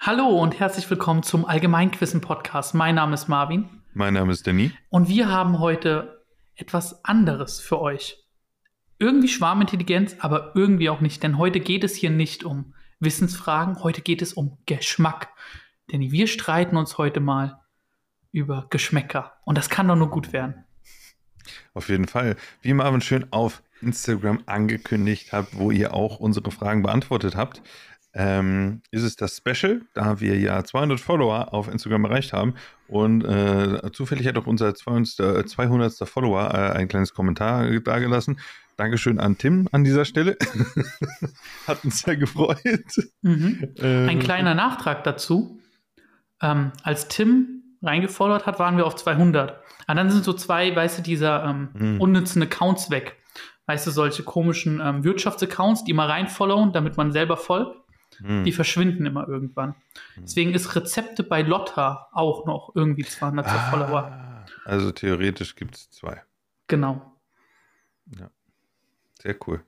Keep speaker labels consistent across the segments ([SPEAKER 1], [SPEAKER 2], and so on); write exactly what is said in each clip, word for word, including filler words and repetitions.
[SPEAKER 1] Hallo und herzlich willkommen zum Allgemeinquissen-Podcast. Mein Name ist Marvin
[SPEAKER 2] Mein Name ist Danny.
[SPEAKER 1] und wir haben heute etwas anderes für euch. Irgendwie Schwarmintelligenz, aber irgendwie auch nicht, denn heute geht es hier nicht um Wissensfragen, heute geht es um Geschmack. Denn wir streiten uns heute mal über Geschmäcker und das kann doch nur gut werden.
[SPEAKER 2] Auf jeden Fall. Wie Marvin schön auf Instagram angekündigt hat, wo ihr auch unsere Fragen beantwortet habt, ähm, ist es das Special, da wir ja zweihundert Follower auf Instagram erreicht haben und äh, zufällig hat auch unser zweihundertster. zweihundertster. Follower äh, ein kleines Kommentar dagelassen. Dankeschön an Tim an dieser Stelle. Hat uns sehr gefreut.
[SPEAKER 1] Mhm.
[SPEAKER 2] Äh,
[SPEAKER 1] Ein kleiner Nachtrag dazu. Ähm, als Tim reingefollowt hat, waren wir auf zweihundert. Und dann sind so zwei, weißt du, dieser ähm,
[SPEAKER 2] Hm.
[SPEAKER 1] unnützen Accounts weg. Weißt du, solche komischen ähm, Wirtschaftsaccounts, die mal reinfollowen, damit man selber folgt,
[SPEAKER 2] hm.
[SPEAKER 1] die verschwinden immer irgendwann. Deswegen ist Rezepte bei Lotta auch noch irgendwie zweihunderter Follower.
[SPEAKER 2] Ah, also theoretisch gibt es zwei.
[SPEAKER 1] Genau.
[SPEAKER 2] Ja. Sehr cool.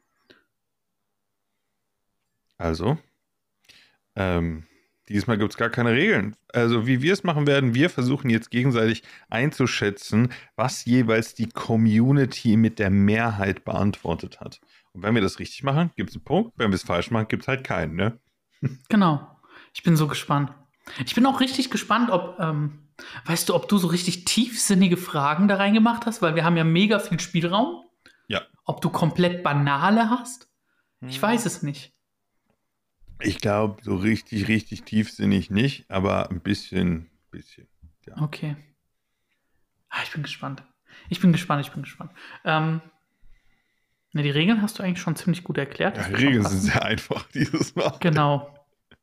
[SPEAKER 2] Also, ähm, diesmal gibt es gar keine Regeln. Also, wie wir es machen werden, wir versuchen jetzt gegenseitig einzuschätzen, was jeweils die Community mit der Mehrheit beantwortet hat. Und wenn wir das richtig machen, gibt es einen Punkt. Wenn wir es falsch machen, gibt es halt keinen, ne?
[SPEAKER 1] Genau. Ich bin so gespannt. Ich bin auch richtig gespannt, ob, ähm, weißt du, ob du so richtig tiefsinnige Fragen da reingemacht hast, weil wir haben ja mega viel Spielraum.
[SPEAKER 2] Ja.
[SPEAKER 1] Ob du komplett banale hast? Ich weiß es nicht.
[SPEAKER 2] Ich glaube, so richtig, richtig tiefsinnig nicht, aber ein bisschen, bisschen. Ja.
[SPEAKER 1] Okay. Ah, ich bin gespannt. Ich bin gespannt, ich bin gespannt. Ähm, ne, die Regeln hast du eigentlich schon ziemlich gut erklärt.
[SPEAKER 2] Ja,
[SPEAKER 1] Das wird schon
[SPEAKER 2] Regeln sind
[SPEAKER 1] passen.
[SPEAKER 2] sehr einfach dieses Mal.
[SPEAKER 1] Genau.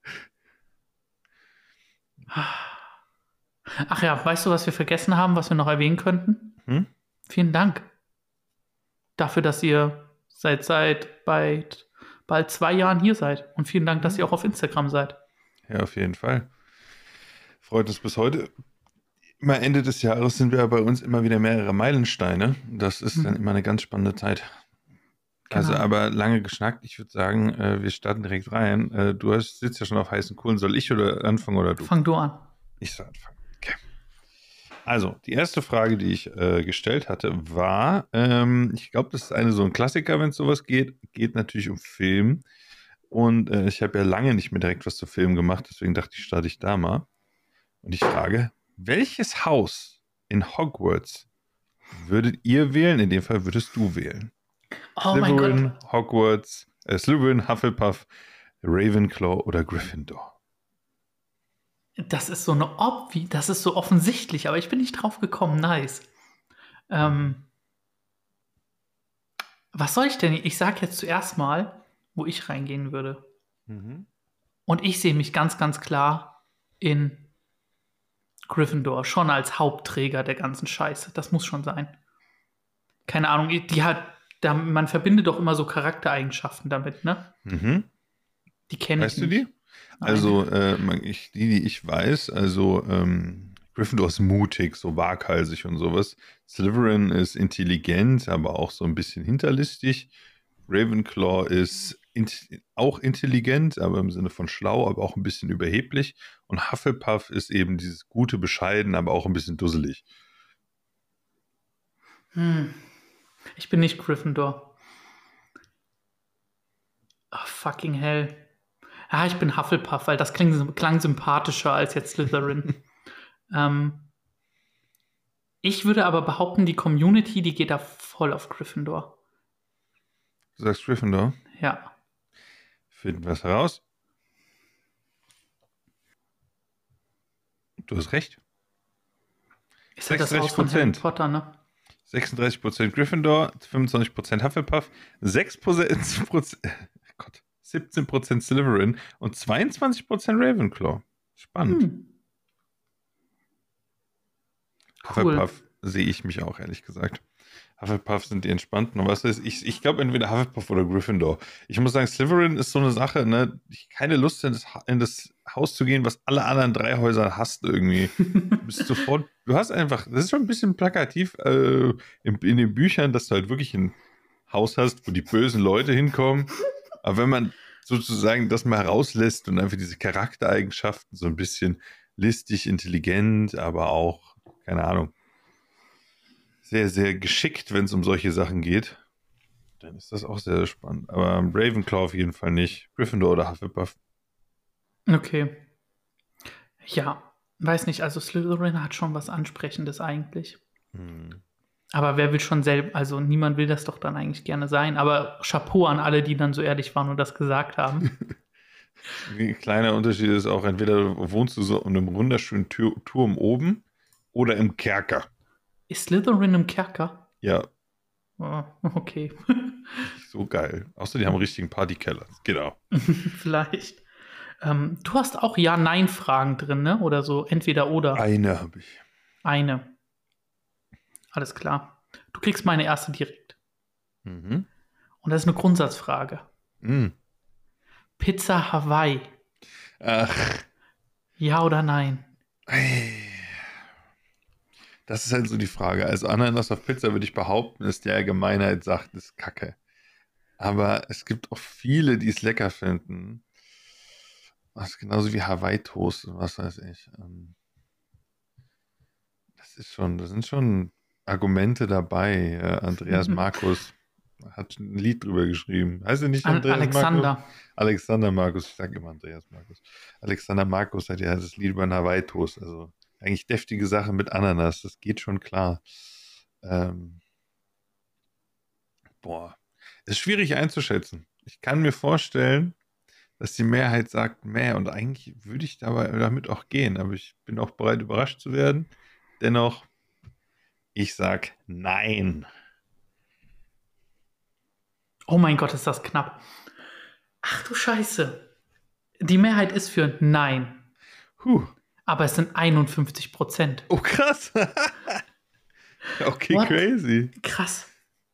[SPEAKER 1] Ach ja, weißt du, was wir vergessen haben, was wir noch erwähnen könnten?
[SPEAKER 2] Hm?
[SPEAKER 1] Vielen Dank dafür, dass ihr seit, seit bald, bald zwei Jahren hier seid. Und vielen Dank, dass ihr auch auf Instagram seid.
[SPEAKER 2] Ja, auf jeden Fall. Freut uns bis heute. Immer Ende des Jahres sind wir bei uns immer wieder mehrere Meilensteine. Das ist dann
[SPEAKER 1] Mhm.
[SPEAKER 2] immer eine ganz spannende Zeit. Also,
[SPEAKER 1] Genau.
[SPEAKER 2] aber lange geschnackt. Ich würde sagen, äh, wir starten direkt rein. Äh, du hast, sitzt ja schon auf heißen Kohlen. Soll ich oder anfangen oder du?
[SPEAKER 1] Fang du an.
[SPEAKER 2] Ich soll anfangen. Okay. Also, die erste Frage, die ich äh, gestellt hatte, war, ähm, ich glaube, das ist eine so ein Klassiker, wenn es sowas geht. Geht natürlich um Film. Und äh, ich habe ja lange nicht mehr direkt was zu Film gemacht, deswegen dachte ich, starte ich da mal. Und ich frage, welches Haus in Hogwarts würdet ihr wählen? In dem Fall würdest du wählen.
[SPEAKER 1] Oh mein Gott.
[SPEAKER 2] Slytherin, Hogwarts, äh, Slytherin, Hufflepuff, Ravenclaw oder Gryffindor?
[SPEAKER 1] Das ist so eine Obvi, das ist so offensichtlich, aber ich bin nicht drauf gekommen. Nice. Ähm, was soll ich denn? Ich sag jetzt zuerst mal, wo ich reingehen würde.
[SPEAKER 2] Mhm.
[SPEAKER 1] Und ich sehe mich ganz, ganz klar in Gryffindor, schon als Hauptträger der ganzen Scheiße. Das muss schon sein. Keine Ahnung, die hat, da, man verbindet doch immer so Charaktereigenschaften damit, ne?
[SPEAKER 2] Mhm.
[SPEAKER 1] Die kenne ich
[SPEAKER 2] Weißt du
[SPEAKER 1] nicht.
[SPEAKER 2] die? Also, äh, man- ich, die, die ich weiß, also ähm, Gryffindor ist mutig, so waghalsig und sowas. Slytherin ist intelligent, aber auch so ein bisschen hinterlistig. Ravenclaw ist int auch intelligent, aber im Sinne von schlau, aber auch ein bisschen überheblich. Und Hufflepuff ist eben dieses gute, bescheiden, aber auch ein bisschen dusselig.
[SPEAKER 1] Hm. Ich bin nicht Gryffindor. Oh, fucking hell. Ah, ich bin Hufflepuff, weil das kling, klang sympathischer als jetzt Slytherin. ähm, ich würde aber behaupten, die Community, die geht da voll auf Gryffindor.
[SPEAKER 2] Du sagst Gryffindor?
[SPEAKER 1] Ja.
[SPEAKER 2] Finden wir es heraus. Du hast recht.
[SPEAKER 1] Ist halt das Haus von Harry
[SPEAKER 2] sechsunddreißig Prozent.
[SPEAKER 1] Potter, ne?
[SPEAKER 2] sechsunddreißig Prozent Gryffindor, fünfundzwanzig Prozent Hufflepuff, sechs Prozent, Gott, siebzehn Prozent Slytherin und zweiundzwanzig Prozent Ravenclaw. Spannend.
[SPEAKER 1] Hm. Cool.
[SPEAKER 2] Hufflepuff sehe ich mich auch, ehrlich gesagt. Hufflepuff sind die entspannten. Und was ist, ich, ich glaube entweder Hufflepuff oder Gryffindor. Ich muss sagen, Slytherin ist so eine Sache, ne? Ich keine Lust in das, in das Haus zu gehen, was alle anderen drei Häuser hasst irgendwie. Du bist sofort, du hast einfach, das ist schon ein bisschen plakativ äh, in, in den Büchern, dass du halt wirklich ein Haus hast, wo die bösen Leute hinkommen. Aber wenn man sozusagen das mal rauslässt und einfach diese Charaktereigenschaften so ein bisschen listig, intelligent, aber auch, keine Ahnung, sehr, sehr geschickt, wenn es um solche Sachen geht, dann ist das auch sehr, sehr spannend. Aber Ravenclaw auf jeden Fall nicht. Gryffindor oder Hufflepuff.
[SPEAKER 1] Okay. Ja, weiß nicht, also Slytherin hat schon was Ansprechendes eigentlich.
[SPEAKER 2] Hm.
[SPEAKER 1] Aber wer will schon selbst, also niemand will das doch dann eigentlich gerne sein. Aber Chapeau an alle, die dann so ehrlich waren und das gesagt haben.
[SPEAKER 2] Ein kleiner Unterschied ist auch, entweder wohnst du so in einem wunderschönen Tür Turm oben oder im Kerker.
[SPEAKER 1] Ist Slytherin im Kerker?
[SPEAKER 2] Ja,
[SPEAKER 1] Oh, okay.
[SPEAKER 2] nicht so geil. Außer die haben einen richtigen Partykeller. Genau.
[SPEAKER 1] Vielleicht. Ähm, du hast auch Ja-Nein-Fragen drin, ne? Oder so, entweder oder.
[SPEAKER 2] Eine habe ich.
[SPEAKER 1] Eine. Alles klar. Du kriegst meine erste direkt.
[SPEAKER 2] Mhm.
[SPEAKER 1] Und das ist eine Grundsatzfrage.
[SPEAKER 2] Mhm.
[SPEAKER 1] Pizza Hawaii.
[SPEAKER 2] Ach.
[SPEAKER 1] Ja oder nein?
[SPEAKER 2] Das ist halt so die Frage. Also Ananas auf Pizza würde ich behaupten, ist die Allgemeinheit sagt, ist Kacke. Aber es gibt auch viele, die es lecker finden. Das ist genauso wie Hawaii-Toast und was weiß ich. Ähm, Das ist schon, da sind schon Argumente dabei. Äh, Andreas Markus hat ein Lied drüber geschrieben. Heißt er nicht
[SPEAKER 1] An
[SPEAKER 2] Andreas
[SPEAKER 1] Alexander.
[SPEAKER 2] Markus? Alexander Markus, ich sage immer Andreas Markus. Alexander Markus hat ja das Lied über einen Hawaii-Toast. Also eigentlich deftige Sache mit Ananas, das geht schon klar. Ähm, boah, ist schwierig einzuschätzen. Ich kann mir vorstellen, dass die Mehrheit sagt, mehr und eigentlich würde ich dabei damit auch gehen, aber ich bin auch bereit, überrascht zu werden. Dennoch, ich sag nein.
[SPEAKER 1] Oh mein Gott, ist das knapp. Ach du Scheiße. Die Mehrheit ist für Nein.
[SPEAKER 2] Puh.
[SPEAKER 1] Aber es sind einundfünfzig Prozent.
[SPEAKER 2] Oh, krass. Okay,
[SPEAKER 1] What?
[SPEAKER 2] crazy.
[SPEAKER 1] Krass.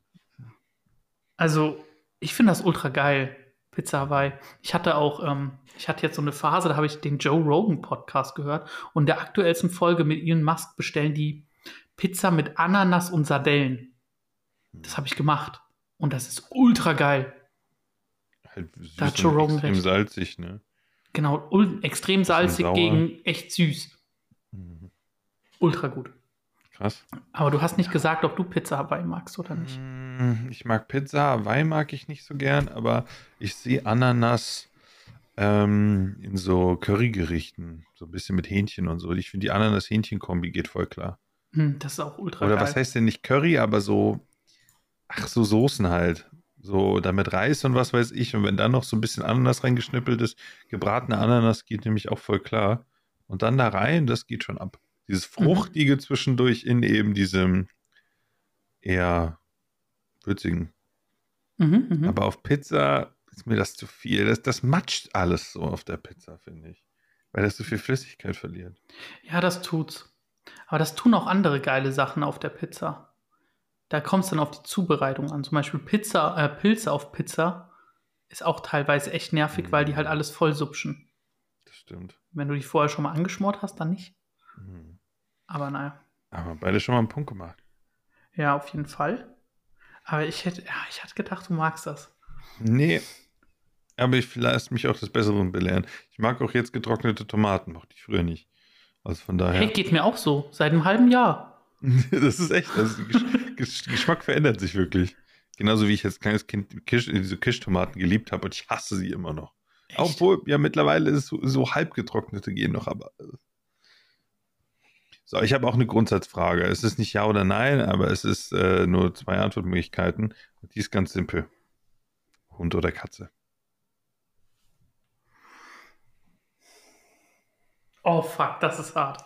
[SPEAKER 1] Also, ich finde das ultra geil. Pizza Hawaii. Ich hatte auch, ähm, ich hatte jetzt so eine Phase, da habe ich den Joe Rogan Podcast gehört und in der aktuellsten Folge mit Elon Musk bestellen die Pizza mit Ananas und Sardellen. Das habe ich gemacht. Und das ist ultra geil.
[SPEAKER 2] Halt süß
[SPEAKER 1] Da hat Joe
[SPEAKER 2] und
[SPEAKER 1] Rogan
[SPEAKER 2] extrem
[SPEAKER 1] recht.
[SPEAKER 2] salzig, ne?
[SPEAKER 1] Genau, ul- extrem salzig
[SPEAKER 2] sauer.
[SPEAKER 1] gegen echt süß.
[SPEAKER 2] Mhm.
[SPEAKER 1] Ultra gut.
[SPEAKER 2] Krass.
[SPEAKER 1] Aber du hast nicht gesagt, ob du Pizza Hawaii magst oder nicht.
[SPEAKER 2] Mm, Ich mag Pizza, Hawaii mag ich nicht so gern, aber ich sehe Ananas ähm, in so Currygerichten, so ein bisschen mit Hähnchen und so. Ich finde, die Ananas-Hähnchen-Kombi geht voll klar.
[SPEAKER 1] Hm, das ist auch ultra
[SPEAKER 2] Oder
[SPEAKER 1] geil.
[SPEAKER 2] was heißt denn nicht Curry, aber so, ach, so Soßen halt. So damit Reis und was weiß ich. Und wenn dann noch so ein bisschen Ananas reingeschnippelt ist, gebratene Ananas geht nämlich auch voll klar. Und dann da rein, das geht schon ab. Dieses Fruchtige zwischendurch in eben diesem eher würzigen.
[SPEAKER 1] Mhm, mhm.
[SPEAKER 2] Aber auf Pizza ist mir das zu viel. Das, das matscht alles so auf der Pizza, finde ich. Weil das so viel Flüssigkeit verliert.
[SPEAKER 1] Ja, das tut's. Aber das tun auch andere geile Sachen auf der Pizza. Da kommt es dann auf die Zubereitung an. Zum Beispiel Pizza, äh, Pilze auf Pizza ist auch teilweise echt nervig, weil die halt alles vollsupschen.
[SPEAKER 2] Das stimmt.
[SPEAKER 1] Wenn du die vorher schon mal angeschmort hast, dann nicht.
[SPEAKER 2] Mhm.
[SPEAKER 1] Aber naja.
[SPEAKER 2] Aber beide schon mal einen Punkt gemacht.
[SPEAKER 1] Ja, auf jeden Fall. Aber ich hätte, ja, ich hätte gedacht, du magst das.
[SPEAKER 2] Nee. Aber ich lasse mich auch des Besseren belehren. Ich mag auch jetzt getrocknete Tomaten, mochte ich früher nicht. Also von daher.
[SPEAKER 1] Hey, geht mir auch so. Seit einem halben Jahr.
[SPEAKER 2] Das ist echt. Also der Gesch Gesch Geschmack verändert sich wirklich. Genauso wie ich als kleines Kind Kisch diese Kirschtomaten geliebt habe und ich hasse sie immer noch.
[SPEAKER 1] Echt?
[SPEAKER 2] Obwohl, ja, mittlerweile ist es so, so halb getrocknete gehen noch, aber. äh. So, ich habe auch eine Grundsatzfrage. Es ist nicht ja oder nein, aber es ist äh, nur zwei Antwortmöglichkeiten. Und die ist ganz simpel. Hund oder Katze?
[SPEAKER 1] Oh fuck, das ist hart.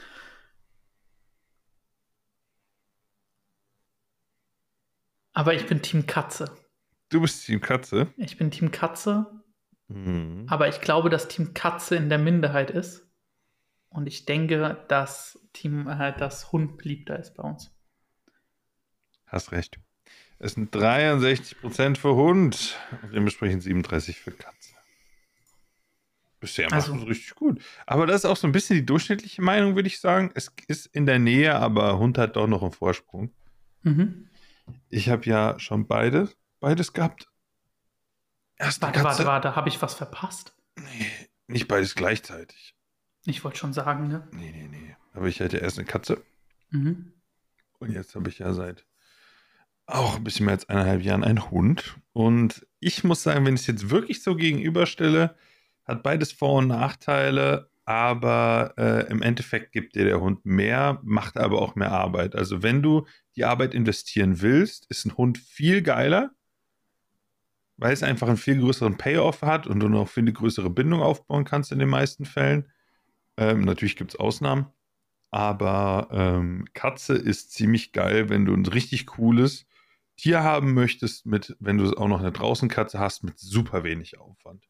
[SPEAKER 1] Aber ich bin Team Katze.
[SPEAKER 2] Du bist Team Katze.
[SPEAKER 1] Ich bin Team Katze,
[SPEAKER 2] Mhm.
[SPEAKER 1] aber ich glaube, dass Team Katze in der Minderheit ist. Und ich denke, dass Team, äh, das Hund beliebter ist bei uns.
[SPEAKER 2] Hast recht. Es sind dreiundsechzig Prozent für Hund und dementsprechend siebenunddreißig für Katze. Bisher macht
[SPEAKER 1] Also-
[SPEAKER 2] es richtig gut. Aber das ist auch so ein bisschen die durchschnittliche Meinung, würde ich sagen. Es ist in der Nähe, aber Hund hat doch noch einen Vorsprung.
[SPEAKER 1] Mhm.
[SPEAKER 2] Ich habe ja schon beides, beides gehabt. Erst eine
[SPEAKER 1] Warte, warte,
[SPEAKER 2] Katze.
[SPEAKER 1] warte, habe ich was verpasst?
[SPEAKER 2] Nee, nicht beides gleichzeitig.
[SPEAKER 1] Ich wollte schon sagen, ne?
[SPEAKER 2] Nee, nee, nee. Aber ich hatte erst eine Katze
[SPEAKER 1] Mhm.
[SPEAKER 2] und jetzt habe ich ja seit auch ein bisschen mehr als eineinhalb Jahren einen Hund. Und ich muss sagen, wenn ich es jetzt wirklich so gegenüberstelle, hat beides Vor- und Nachteile, aber äh, im Endeffekt gibt dir der Hund mehr, macht aber auch mehr Arbeit. Also wenn du die Arbeit investieren willst, ist ein Hund viel geiler, weil es einfach einen viel größeren Payoff hat und du noch viel eine größere Bindung aufbauen kannst in den meisten Fällen. Ähm, natürlich gibt es Ausnahmen, aber ähm, Katze ist ziemlich geil, wenn du ein richtig cooles Tier haben möchtest, mit, wenn du auch noch eine Draußenkatze hast, mit super wenig Aufwand.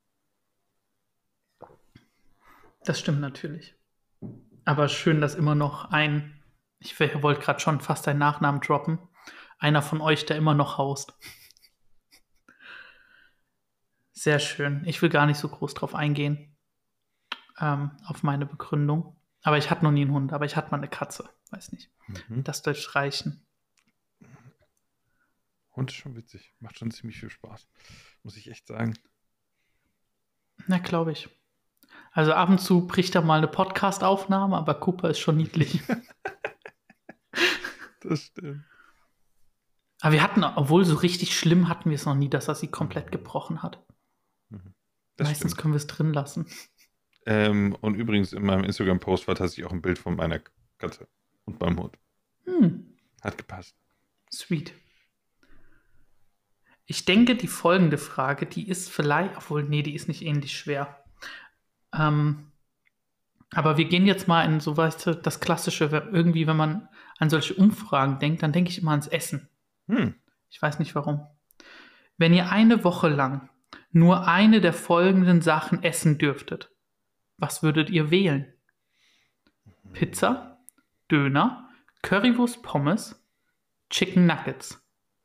[SPEAKER 1] Das stimmt natürlich. Aber schön, dass immer noch ein, ich wollte gerade schon fast deinen Nachnamen droppen, einer von euch, der immer noch haust. Sehr schön. Ich will gar nicht so groß drauf eingehen, ähm, auf meine Begründung. Aber ich hatte noch nie einen Hund, aber ich hatte mal eine Katze. Weiß nicht.
[SPEAKER 2] Mhm.
[SPEAKER 1] Das dürfte reichen.
[SPEAKER 2] Hund ist schon witzig. Macht schon ziemlich viel Spaß. Muss ich echt sagen.
[SPEAKER 1] Na, glaube ich. Also ab und zu bricht da mal eine Podcast-Aufnahme, aber Cooper ist schon niedlich.
[SPEAKER 2] Das stimmt.
[SPEAKER 1] Aber wir hatten, obwohl so richtig schlimm hatten wir es noch nie, dass er sie komplett gebrochen hat.
[SPEAKER 2] Das
[SPEAKER 1] Meistens
[SPEAKER 2] stimmt.
[SPEAKER 1] können wir es drin lassen.
[SPEAKER 2] Ähm, und übrigens in meinem Instagram-Post war tatsächlich auch ein Bild von meiner Katze und meinem Hund.
[SPEAKER 1] Hm,
[SPEAKER 2] Hat gepasst.
[SPEAKER 1] sweet. Ich denke, die folgende Frage, die ist vielleicht, obwohl, nee, die ist nicht ähnlich schwer. Ähm, aber wir gehen jetzt mal in so, weißt du, das Klassische, wenn- irgendwie, wenn man an solche Umfragen denkt, dann denke ich immer ans Essen.
[SPEAKER 2] Hm.
[SPEAKER 1] Ich weiß nicht warum. Wenn ihr eine Woche lang nur eine der folgenden Sachen essen dürftet, was würdet ihr wählen? Pizza, Döner, Currywurst Pommes, Chicken Nuggets.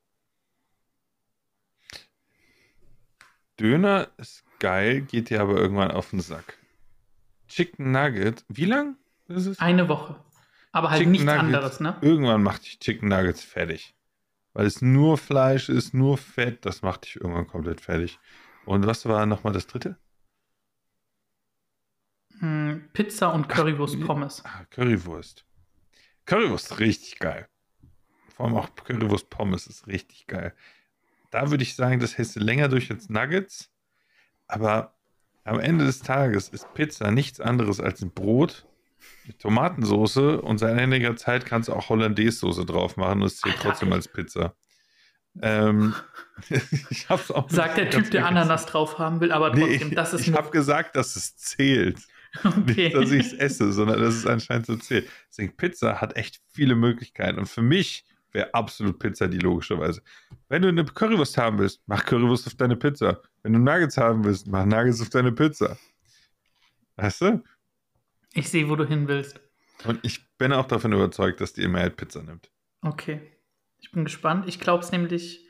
[SPEAKER 2] Döner ist geil, geht dir aber irgendwann auf den Sack. Chicken Nugget, wie lang ist es?
[SPEAKER 1] Eine Woche. Aber halt
[SPEAKER 2] Chicken
[SPEAKER 1] nichts
[SPEAKER 2] Nuggets,
[SPEAKER 1] anderes, ne?
[SPEAKER 2] irgendwann macht dich Chicken Nuggets fertig. Weil es nur Fleisch ist, nur Fett, das macht dich irgendwann komplett fertig. Und was war nochmal das dritte?
[SPEAKER 1] Hm, Pizza und Currywurst Pommes.
[SPEAKER 2] Ah, Currywurst. Currywurst ist richtig geil. Vor allem auch Currywurst Pommes ist richtig geil. Da würde ich sagen, das hältst du länger durch als Nuggets. Aber am Ende des Tages ist Pizza nichts anderes als ein Brot mit Tomatensauce und seit einiger Zeit kannst du auch Hollandaise-Soße drauf machen und es zählt
[SPEAKER 1] Alter,
[SPEAKER 2] trotzdem
[SPEAKER 1] ey.
[SPEAKER 2] als Pizza. Ähm, ich hab's auch
[SPEAKER 1] Sagt der Typ, der Ananas drauf haben will, aber
[SPEAKER 2] Nee,
[SPEAKER 1] trotzdem,
[SPEAKER 2] ich,
[SPEAKER 1] das ist
[SPEAKER 2] ich habe gesagt, dass es zählt. Nicht, dass ich es
[SPEAKER 1] okay.
[SPEAKER 2] esse, sondern dass es anscheinend so zählt. Deswegen, Pizza hat echt viele Möglichkeiten. Und für mich wäre absolut Pizza die logischerweise. Wenn du eine Currywurst haben willst, mach Currywurst auf deine Pizza. Wenn du Nuggets haben willst, mach Nuggets auf deine Pizza. Weißt du?
[SPEAKER 1] Ich sehe, wo du hin willst.
[SPEAKER 2] Und ich bin auch davon überzeugt, dass die Mehrheit Pizza nimmt.
[SPEAKER 1] Okay. Ich bin gespannt. Ich glaube es nämlich.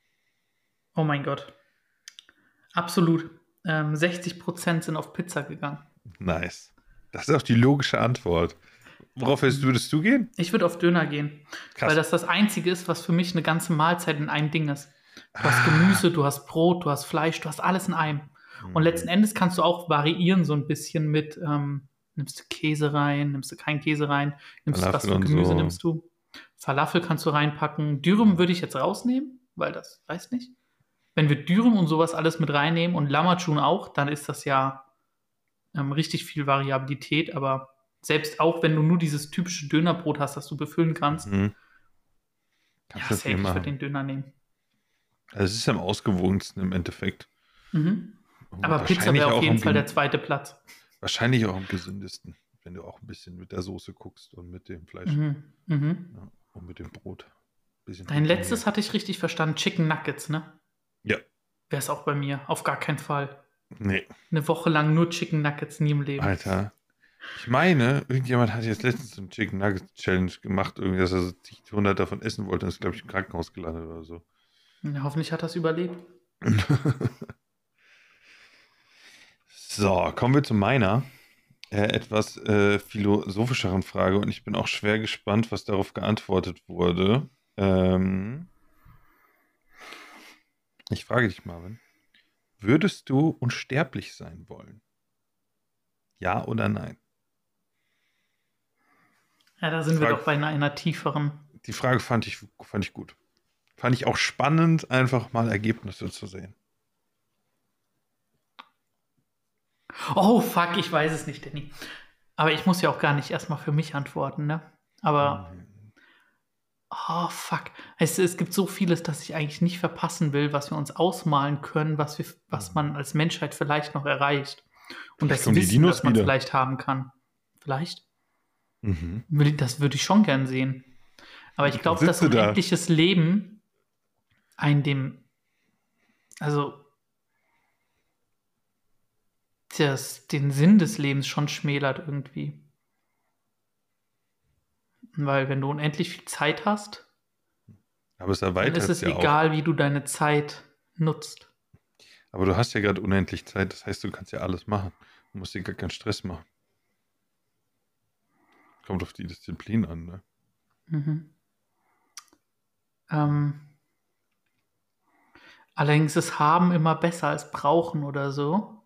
[SPEAKER 1] Oh mein Gott. Absolut. Ähm, sechzig Prozent sind auf Pizza gegangen.
[SPEAKER 2] Nice. Das ist auch die logische Antwort. Worauf würdest du gehen?
[SPEAKER 1] Ich würde auf Döner gehen,
[SPEAKER 2] Krass.
[SPEAKER 1] weil das das Einzige ist, was für mich eine ganze Mahlzeit in einem Ding ist. Du hast
[SPEAKER 2] Ah.
[SPEAKER 1] Gemüse, du hast Brot, du hast Fleisch, du hast alles in einem. Und letzten Endes kannst du auch variieren so ein bisschen mit, ähm, nimmst du Käse rein, nimmst du keinen Käse rein, nimmst du was
[SPEAKER 2] Falafel
[SPEAKER 1] für
[SPEAKER 2] und
[SPEAKER 1] Gemüse
[SPEAKER 2] so.
[SPEAKER 1] nimmst du. Falafel kannst du reinpacken. Dürüm würde ich jetzt rausnehmen, weil das, weiß nicht. Wenn wir Dürüm und sowas alles mit reinnehmen und Lammatschun auch, dann ist das ja ähm, richtig viel Variabilität, aber selbst auch, wenn du nur dieses typische Dönerbrot hast, das du befüllen kannst,
[SPEAKER 2] Mhm.
[SPEAKER 1] ja,
[SPEAKER 2] Kannst das
[SPEAKER 1] safe,
[SPEAKER 2] nicht
[SPEAKER 1] ich würde
[SPEAKER 2] machen.
[SPEAKER 1] den Döner nehmen.
[SPEAKER 2] Also es ist am ausgewogensten im Endeffekt.
[SPEAKER 1] Mhm. Aber Pizza
[SPEAKER 2] Wahrscheinlich
[SPEAKER 1] wäre auf
[SPEAKER 2] auch
[SPEAKER 1] jeden
[SPEAKER 2] am
[SPEAKER 1] Fall
[SPEAKER 2] gen-
[SPEAKER 1] der zweite Platz.
[SPEAKER 2] Wahrscheinlich auch am gesündesten, wenn du auch ein bisschen mit der Soße guckst und mit dem Fleisch
[SPEAKER 1] Mhm. Mhm.
[SPEAKER 2] ja, und mit dem Brot. Bisschen
[SPEAKER 1] Dein
[SPEAKER 2] Protein.
[SPEAKER 1] letztes hatte ich richtig verstanden, Chicken Nuggets, ne?
[SPEAKER 2] Ja,
[SPEAKER 1] Wäre es auch bei mir, auf gar keinen Fall.
[SPEAKER 2] nee,
[SPEAKER 1] Eine Woche lang nur Chicken Nuggets, nie im Leben.
[SPEAKER 2] Alter. Ich meine, irgendjemand hat jetzt letztens so einen Chicken Nugget Challenge gemacht, irgendwie, dass er so hundert davon essen wollte und ist, glaube ich, im Krankenhaus gelandet oder so.
[SPEAKER 1] Ja, hoffentlich hat er es überlebt.
[SPEAKER 2] So, kommen wir zu meiner äh, etwas äh, philosophischeren Frage und ich bin auch schwer gespannt, was darauf geantwortet wurde. Ähm, ich frage dich, Marvin, Würdest du unsterblich sein wollen? Ja oder nein?
[SPEAKER 1] Ja, da
[SPEAKER 2] Die
[SPEAKER 1] sind wir
[SPEAKER 2] Frage,
[SPEAKER 1] doch bei einer, einer tieferen.
[SPEAKER 2] die Frage fand ich, fand ich gut. Fand ich auch spannend, einfach mal Ergebnisse zu sehen.
[SPEAKER 1] Oh, fuck, ich weiß es nicht, Danny. Aber ich muss ja auch gar nicht erstmal für mich antworten, ne? Aber, oh, fuck. Es, es gibt so vieles, das ich eigentlich nicht verpassen will, was wir uns ausmalen können, was, wir, was man als Menschheit vielleicht noch erreicht. Und
[SPEAKER 2] Vielleicht
[SPEAKER 1] das
[SPEAKER 2] kommen die
[SPEAKER 1] Wissen,
[SPEAKER 2] Dinos
[SPEAKER 1] das man
[SPEAKER 2] wieder.
[SPEAKER 1] vielleicht haben kann. Vielleicht?
[SPEAKER 2] Mhm.
[SPEAKER 1] Will- Das würde ich schon gern sehen. Aber ich
[SPEAKER 2] Dann
[SPEAKER 1] glaube, dass
[SPEAKER 2] sitzt du da.
[SPEAKER 1] unendliches Leben ein dem, also das, den Sinn des Lebens schon schmälert irgendwie. Weil wenn du unendlich viel Zeit hast,
[SPEAKER 2] Aber es
[SPEAKER 1] dann ist
[SPEAKER 2] erweitert es
[SPEAKER 1] es
[SPEAKER 2] ja auch.
[SPEAKER 1] egal, wie du deine Zeit nutzt.
[SPEAKER 2] Aber du hast ja gerade unendlich Zeit. Das heißt, du kannst ja alles machen. Du musst dir gar keinen Stress machen. Kommt auf die Disziplin an, ne?
[SPEAKER 1] Mhm. Ähm, allerdings ist haben immer besser als brauchen oder so.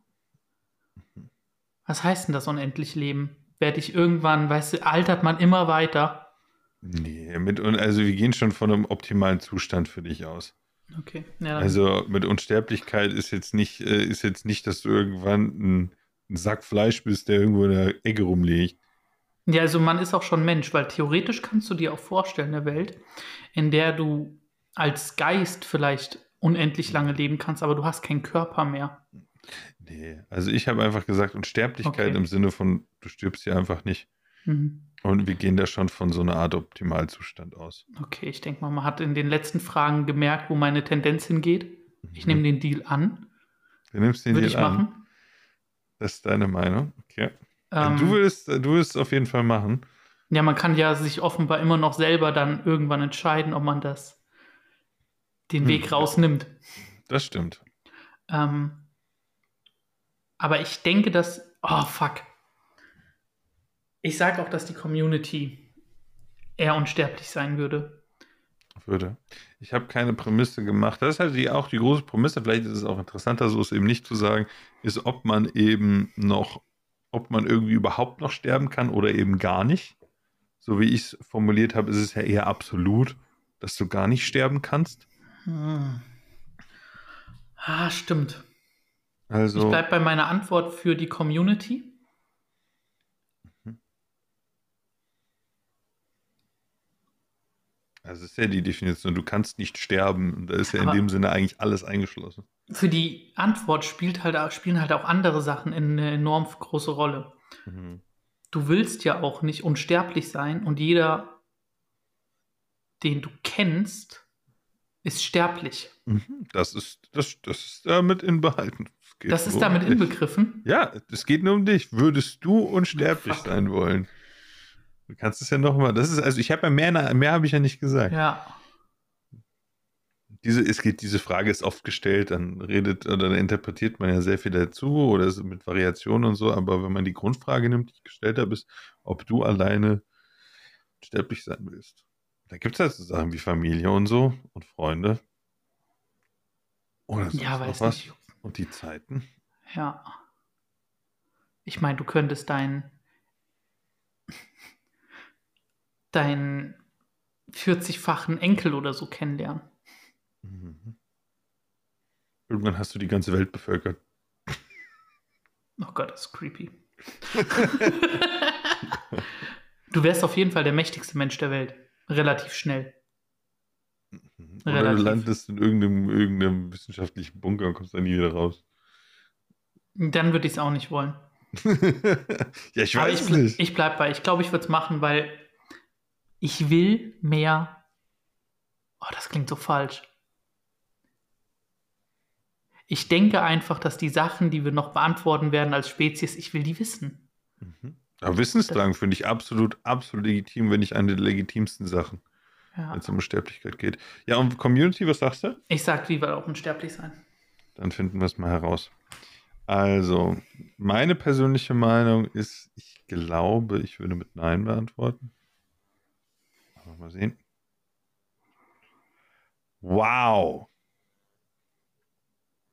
[SPEAKER 1] Was heißt denn das unendlich Leben? Werde ich irgendwann, weißt du, altert man immer weiter?
[SPEAKER 2] Nee, mit, un- also wir gehen schon von einem optimalen Zustand für dich aus.
[SPEAKER 1] Okay, ja dann.
[SPEAKER 2] Also mit Unsterblichkeit ist jetzt nicht, äh, ist jetzt nicht, dass du irgendwann ein, ein Sack Fleisch bist, der irgendwo in der Ecke rumliegt.
[SPEAKER 1] Ja, also man ist auch schon Mensch, weil theoretisch kannst du dir auch vorstellen, eine Welt, in der du als Geist vielleicht unendlich lange leben kannst, aber du hast keinen Körper mehr.
[SPEAKER 2] Nee, also ich habe einfach gesagt, Unsterblichkeit
[SPEAKER 1] Okay.
[SPEAKER 2] im Sinne von, du stirbst hier einfach nicht.
[SPEAKER 1] Mhm.
[SPEAKER 2] Und wir gehen da schon von so einer Art Optimalzustand aus.
[SPEAKER 1] Okay, ich denke mal, man hat in den letzten Fragen gemerkt, wo meine Tendenz hingeht. Ich nehme
[SPEAKER 2] Mhm.
[SPEAKER 1] den Deal an.
[SPEAKER 2] Du nimmst den
[SPEAKER 1] Würde
[SPEAKER 2] Deal
[SPEAKER 1] ich
[SPEAKER 2] an.
[SPEAKER 1] machen.
[SPEAKER 2] Das ist deine Meinung. Okay. Also du
[SPEAKER 1] Ähm,
[SPEAKER 2] willst, du willst es auf jeden Fall machen.
[SPEAKER 1] ja, man kann ja sich offenbar immer noch selber dann irgendwann entscheiden, ob man das den
[SPEAKER 2] Hm,
[SPEAKER 1] Weg
[SPEAKER 2] ja,
[SPEAKER 1] rausnimmt.
[SPEAKER 2] das stimmt.
[SPEAKER 1] Ähm, aber ich denke, dass. Oh, fuck. Ich sage auch, dass die Community eher unsterblich sein würde.
[SPEAKER 2] Würde. Ich habe keine Prämisse gemacht. Das ist halt die, auch die große Prämisse. Vielleicht ist es auch interessanter, so es eben nicht zu sagen, ist, ob man eben noch, ob man irgendwie überhaupt noch sterben kann oder eben gar nicht. So wie ich es formuliert habe, ist es ja eher absolut, dass du gar nicht sterben kannst.
[SPEAKER 1] Hm. Ah, stimmt. Ich
[SPEAKER 2] Also,
[SPEAKER 1] bleibe bei meiner Antwort für die Community.
[SPEAKER 2] also ist ja die Definition, du kannst nicht sterben. Und da ist ja in dem
[SPEAKER 1] Aber
[SPEAKER 2] Sinne eigentlich alles eingeschlossen.
[SPEAKER 1] für die Antwort spielt halt, spielen halt auch andere Sachen eine enorm große Rolle.
[SPEAKER 2] Mhm.
[SPEAKER 1] Du willst ja auch nicht unsterblich sein und jeder, den du kennst, ist sterblich.
[SPEAKER 2] Mhm. Das ist, das, das ist damit inbehalten. Es geht
[SPEAKER 1] Das ist
[SPEAKER 2] nur um
[SPEAKER 1] damit
[SPEAKER 2] dich.
[SPEAKER 1] inbegriffen.
[SPEAKER 2] Ja, es geht nur um dich. Würdest du
[SPEAKER 1] Oh,
[SPEAKER 2] unsterblich
[SPEAKER 1] fuck.
[SPEAKER 2] sein wollen? Du kannst es ja nochmal. Das ist, also ich habe ja mehr, mehr habe ich ja nicht gesagt.
[SPEAKER 1] Ja.
[SPEAKER 2] Diese, es geht, diese Frage ist oft gestellt, dann redet oder dann interpretiert man ja sehr viel dazu oder ist mit Variationen und so, aber wenn man die Grundfrage nimmt, die ich gestellt habe, ist, ob du alleine sterblich sein willst. Da gibt es halt so Sachen wie Familie und so und Freunde oder
[SPEAKER 1] Ja,
[SPEAKER 2] sonst noch
[SPEAKER 1] weiß
[SPEAKER 2] was.
[SPEAKER 1] nicht.
[SPEAKER 2] Und die Zeiten.
[SPEAKER 1] Ja. Ich meine, du könntest deinen deinen vierzigfachen Enkel oder so kennenlernen.
[SPEAKER 2] Mhm. Irgendwann hast du die ganze Welt bevölkert.
[SPEAKER 1] Oh Gott, das ist creepy. Du wärst auf jeden Fall der mächtigste Mensch der Welt. Relativ schnell.
[SPEAKER 2] Oder du
[SPEAKER 1] Relativ.
[SPEAKER 2] landest in irgendeinem, irgendeinem wissenschaftlichen Bunker und kommst da nie wieder raus.
[SPEAKER 1] Dann würde ich es auch nicht wollen.
[SPEAKER 2] Ja, ich
[SPEAKER 1] Aber
[SPEAKER 2] weiß
[SPEAKER 1] ich,
[SPEAKER 2] es
[SPEAKER 1] ble
[SPEAKER 2] nicht.
[SPEAKER 1] ich bleib bei. Ich glaube, ich würde es machen, weil ich will mehr. Oh, das klingt so falsch. Ich denke einfach, dass die Sachen, die wir noch beantworten werden als Spezies, ich will die wissen.
[SPEAKER 2] Mhm. Aber
[SPEAKER 1] Das,
[SPEAKER 2] Wissensdrang finde ich absolut, absolut legitim, wenn nicht eine der legitimsten Sachen, wenn
[SPEAKER 1] ja.
[SPEAKER 2] es um Sterblichkeit geht. Ja, und Community, was sagst du?
[SPEAKER 1] Ich sag, wie wir auch unsterblich sein.
[SPEAKER 2] Dann finden wir es mal heraus. Also, meine persönliche Meinung ist, ich glaube, ich würde mit Nein beantworten. Mal sehen. Wow.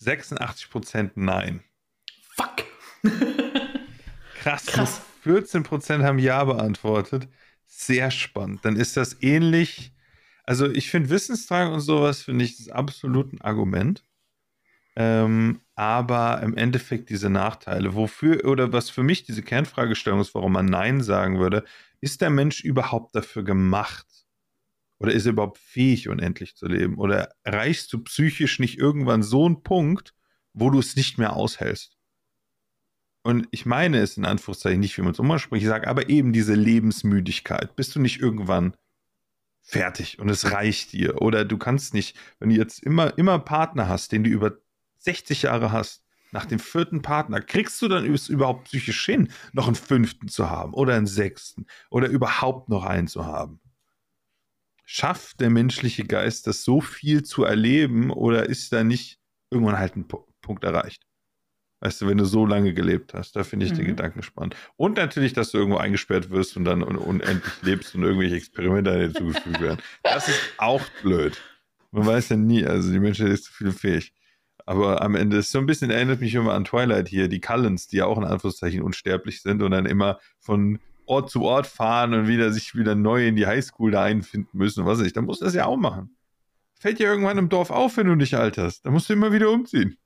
[SPEAKER 2] sechsundachtzig Prozent nein.
[SPEAKER 1] Fuck!
[SPEAKER 2] Krass.
[SPEAKER 1] Krass.
[SPEAKER 2] vierzehn Prozent haben ja beantwortet. Sehr spannend. Dann ist das ähnlich. Also ich finde Wissenstragen und sowas, finde ich, das absolut ein Argument. Ähm, aber im Endeffekt diese Nachteile, wofür oder was für mich diese Kernfragestellung ist, warum man Nein sagen würde, ist der Mensch überhaupt dafür gemacht? Oder ist er überhaupt fähig, unendlich zu leben? Oder erreichst du psychisch nicht irgendwann so einen Punkt, wo du es nicht mehr aushältst? Und ich meine es in Anführungszeichen nicht, wie man es umspricht, ich sage aber eben diese Lebensmüdigkeit. Bist du nicht irgendwann fertig und es reicht dir? Oder du kannst nicht, wenn du jetzt immer, immer Partner hast, den du über sechzig Jahre hast, nach dem vierten Partner, kriegst du dann es überhaupt psychisch hin, noch einen fünften zu haben oder einen sechsten oder überhaupt noch einen zu haben? Schafft der menschliche Geist das so viel zu erleben oder ist da nicht irgendwann halt ein P- Punkt erreicht? Weißt du, wenn du so lange gelebt hast, da finde ich
[SPEAKER 1] Mhm.
[SPEAKER 2] den Gedanken spannend. Und natürlich, dass du irgendwo eingesperrt wirst und dann un unendlich lebst und irgendwelche Experimente dir zugefügt werden. Das ist auch blöd. Man weiß ja nie, also die Menschheit ist zu viel fähig. Aber am Ende ist so ein bisschen, erinnert mich immer an Twilight hier, die Cullens, die ja auch in Anführungszeichen unsterblich sind und dann immer von Ort zu Ort fahren und wieder sich wieder neu in die Highschool da einfinden müssen und was weiß ich. Dann musst du das ja auch machen. Fällt dir irgendwann im Dorf auf, wenn du nicht alterst. Dann musst du immer wieder umziehen.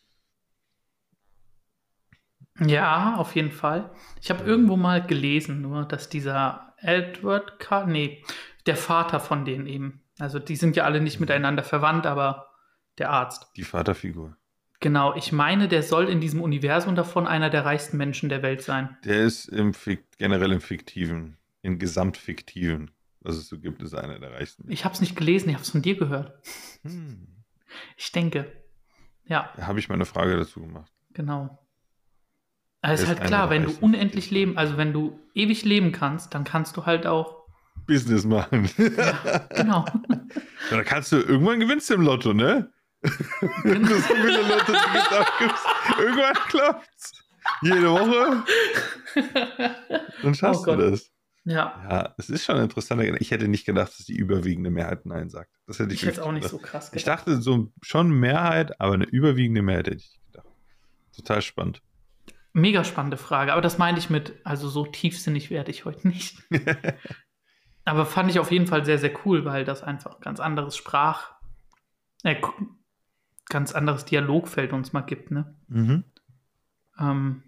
[SPEAKER 1] Ja, auf jeden Fall. Ich habe irgendwo mal gelesen, nur, dass dieser Edward Car nee, der Vater von denen eben, also die sind ja alle nicht miteinander verwandt, aber der Arzt.
[SPEAKER 2] Die Vaterfigur.
[SPEAKER 1] Genau, ich meine, der soll in diesem Universum davon einer der reichsten Menschen der Welt sein.
[SPEAKER 2] Der ist im Fik generell im Fiktiven, im Gesamtfiktiven, was es so gibt, ist einer der reichsten.
[SPEAKER 1] Ich habe es nicht gelesen, ich habe es von dir gehört.
[SPEAKER 2] Hm.
[SPEAKER 1] Ich denke. Ja,
[SPEAKER 2] Da habe ich mal eine Frage dazu gemacht.
[SPEAKER 1] genau. Aber es ist
[SPEAKER 2] ist
[SPEAKER 1] halt
[SPEAKER 2] einer
[SPEAKER 1] klar,
[SPEAKER 2] der
[SPEAKER 1] wenn du
[SPEAKER 2] reichsten.
[SPEAKER 1] unendlich leben, also wenn du ewig leben kannst, dann kannst du halt auch,
[SPEAKER 2] Business machen.
[SPEAKER 1] genau.
[SPEAKER 2] Ja, da kannst du, irgendwann gewinnst du im Lotto, ne? Wenn du so viele Lotto-Tickets abgibst, irgendwann klappt's. Jede Woche. Dann schaffst
[SPEAKER 1] Oh
[SPEAKER 2] du
[SPEAKER 1] Gott.
[SPEAKER 2] das.
[SPEAKER 1] Ja,
[SPEAKER 2] Ja, es ist schon ein interessanter Gedanke. Ich hätte nicht gedacht, dass die überwiegende Mehrheit Nein sagt. Das hätte ich
[SPEAKER 1] ich hätte es
[SPEAKER 2] wirklich
[SPEAKER 1] auch nicht
[SPEAKER 2] gedacht.
[SPEAKER 1] so krass
[SPEAKER 2] Ich
[SPEAKER 1] gedacht.
[SPEAKER 2] dachte so schon Mehrheit, aber eine überwiegende Mehrheit hätte ich nicht gedacht. Total spannend.
[SPEAKER 1] Mega spannende Frage, aber das meinte ich mit, also so tiefsinnig werde ich heute nicht. Aber fand ich auf jeden Fall sehr, sehr cool, weil das einfach ganz anderes Sprach, äh, ganz anderes Dialogfeld uns mal gibt, ne?
[SPEAKER 2] Mhm.
[SPEAKER 1] Ähm,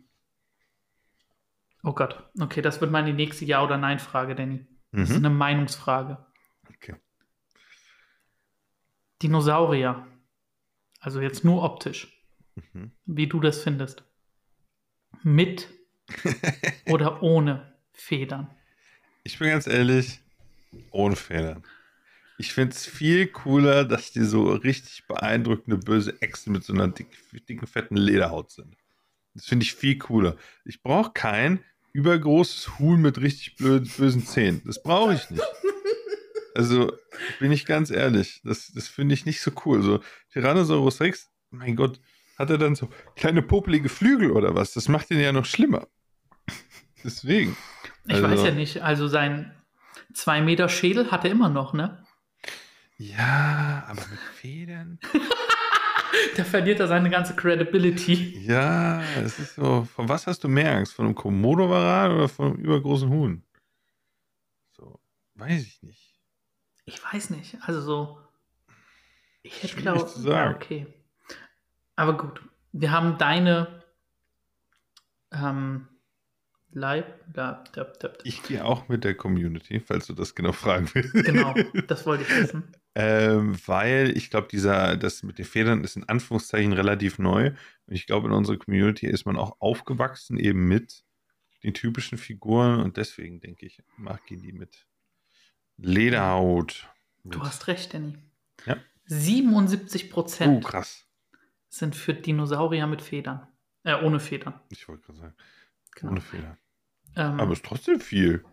[SPEAKER 1] oh Gott, okay, das wird meine nächste Ja- oder Nein-Frage, Danny. Das ist
[SPEAKER 2] Mhm.
[SPEAKER 1] eine Meinungsfrage.
[SPEAKER 2] Okay.
[SPEAKER 1] Dinosaurier, also jetzt nur optisch,
[SPEAKER 2] Mhm.
[SPEAKER 1] wie du das findest. Mit oder ohne Federn?
[SPEAKER 2] Ich bin ganz ehrlich, ohne Federn. Ich finde es viel cooler, dass die so richtig beeindruckende böse Echsen mit so einer dick, dicken, fetten Lederhaut sind. Das finde ich viel cooler. Ich brauche kein übergroßes Huhn mit richtig blöd, bösen Zähnen. Das brauche ich nicht. Also, bin ich ganz ehrlich, das, das finde ich nicht so cool. So, Tyrannosaurus Rex, mein Gott, hat er dann so kleine popelige Flügel oder was? Das macht ihn ja noch schlimmer. Deswegen.
[SPEAKER 1] Ich
[SPEAKER 2] Also-
[SPEAKER 1] weiß ja nicht, also sein zwei Meter Schädel hat er immer noch, ne?
[SPEAKER 2] Ja, aber mit Federn?
[SPEAKER 1] Da verliert er seine ganze Credibility.
[SPEAKER 2] Ja, es ist so. Von was hast du mehr Angst? Von einem Komodo-Varan oder von einem übergroßen Huhn? So, weiß ich nicht.
[SPEAKER 1] Ich weiß nicht, also so. Ich hätte
[SPEAKER 2] Schwierig
[SPEAKER 1] glaube,
[SPEAKER 2] zu sagen.
[SPEAKER 1] ja, okay. Aber gut, wir haben deine ähm, Leib, da, da, da, da.
[SPEAKER 2] Ich gehe auch mit der Community, falls du das genau fragen willst.
[SPEAKER 1] Genau, das wollte ich wissen.
[SPEAKER 2] Ähm, weil ich glaube, dieser, das mit den Federn ist in Anführungszeichen relativ neu. Und ich glaube, in unserer Community ist man auch aufgewachsen eben mit den typischen Figuren und deswegen denke ich, mag ich die mit Lederhaut. Mit.
[SPEAKER 1] Du hast recht, Danny.
[SPEAKER 2] Ja.
[SPEAKER 1] siebenundsiebzig
[SPEAKER 2] Oh,
[SPEAKER 1] Prozent
[SPEAKER 2] krass.
[SPEAKER 1] sind für Dinosaurier mit Federn. Äh, ohne Federn.
[SPEAKER 2] Ich wollte gerade sagen,
[SPEAKER 1] Genau.
[SPEAKER 2] ohne Fehler.
[SPEAKER 1] Ähm,
[SPEAKER 2] Aber es ist trotzdem viel.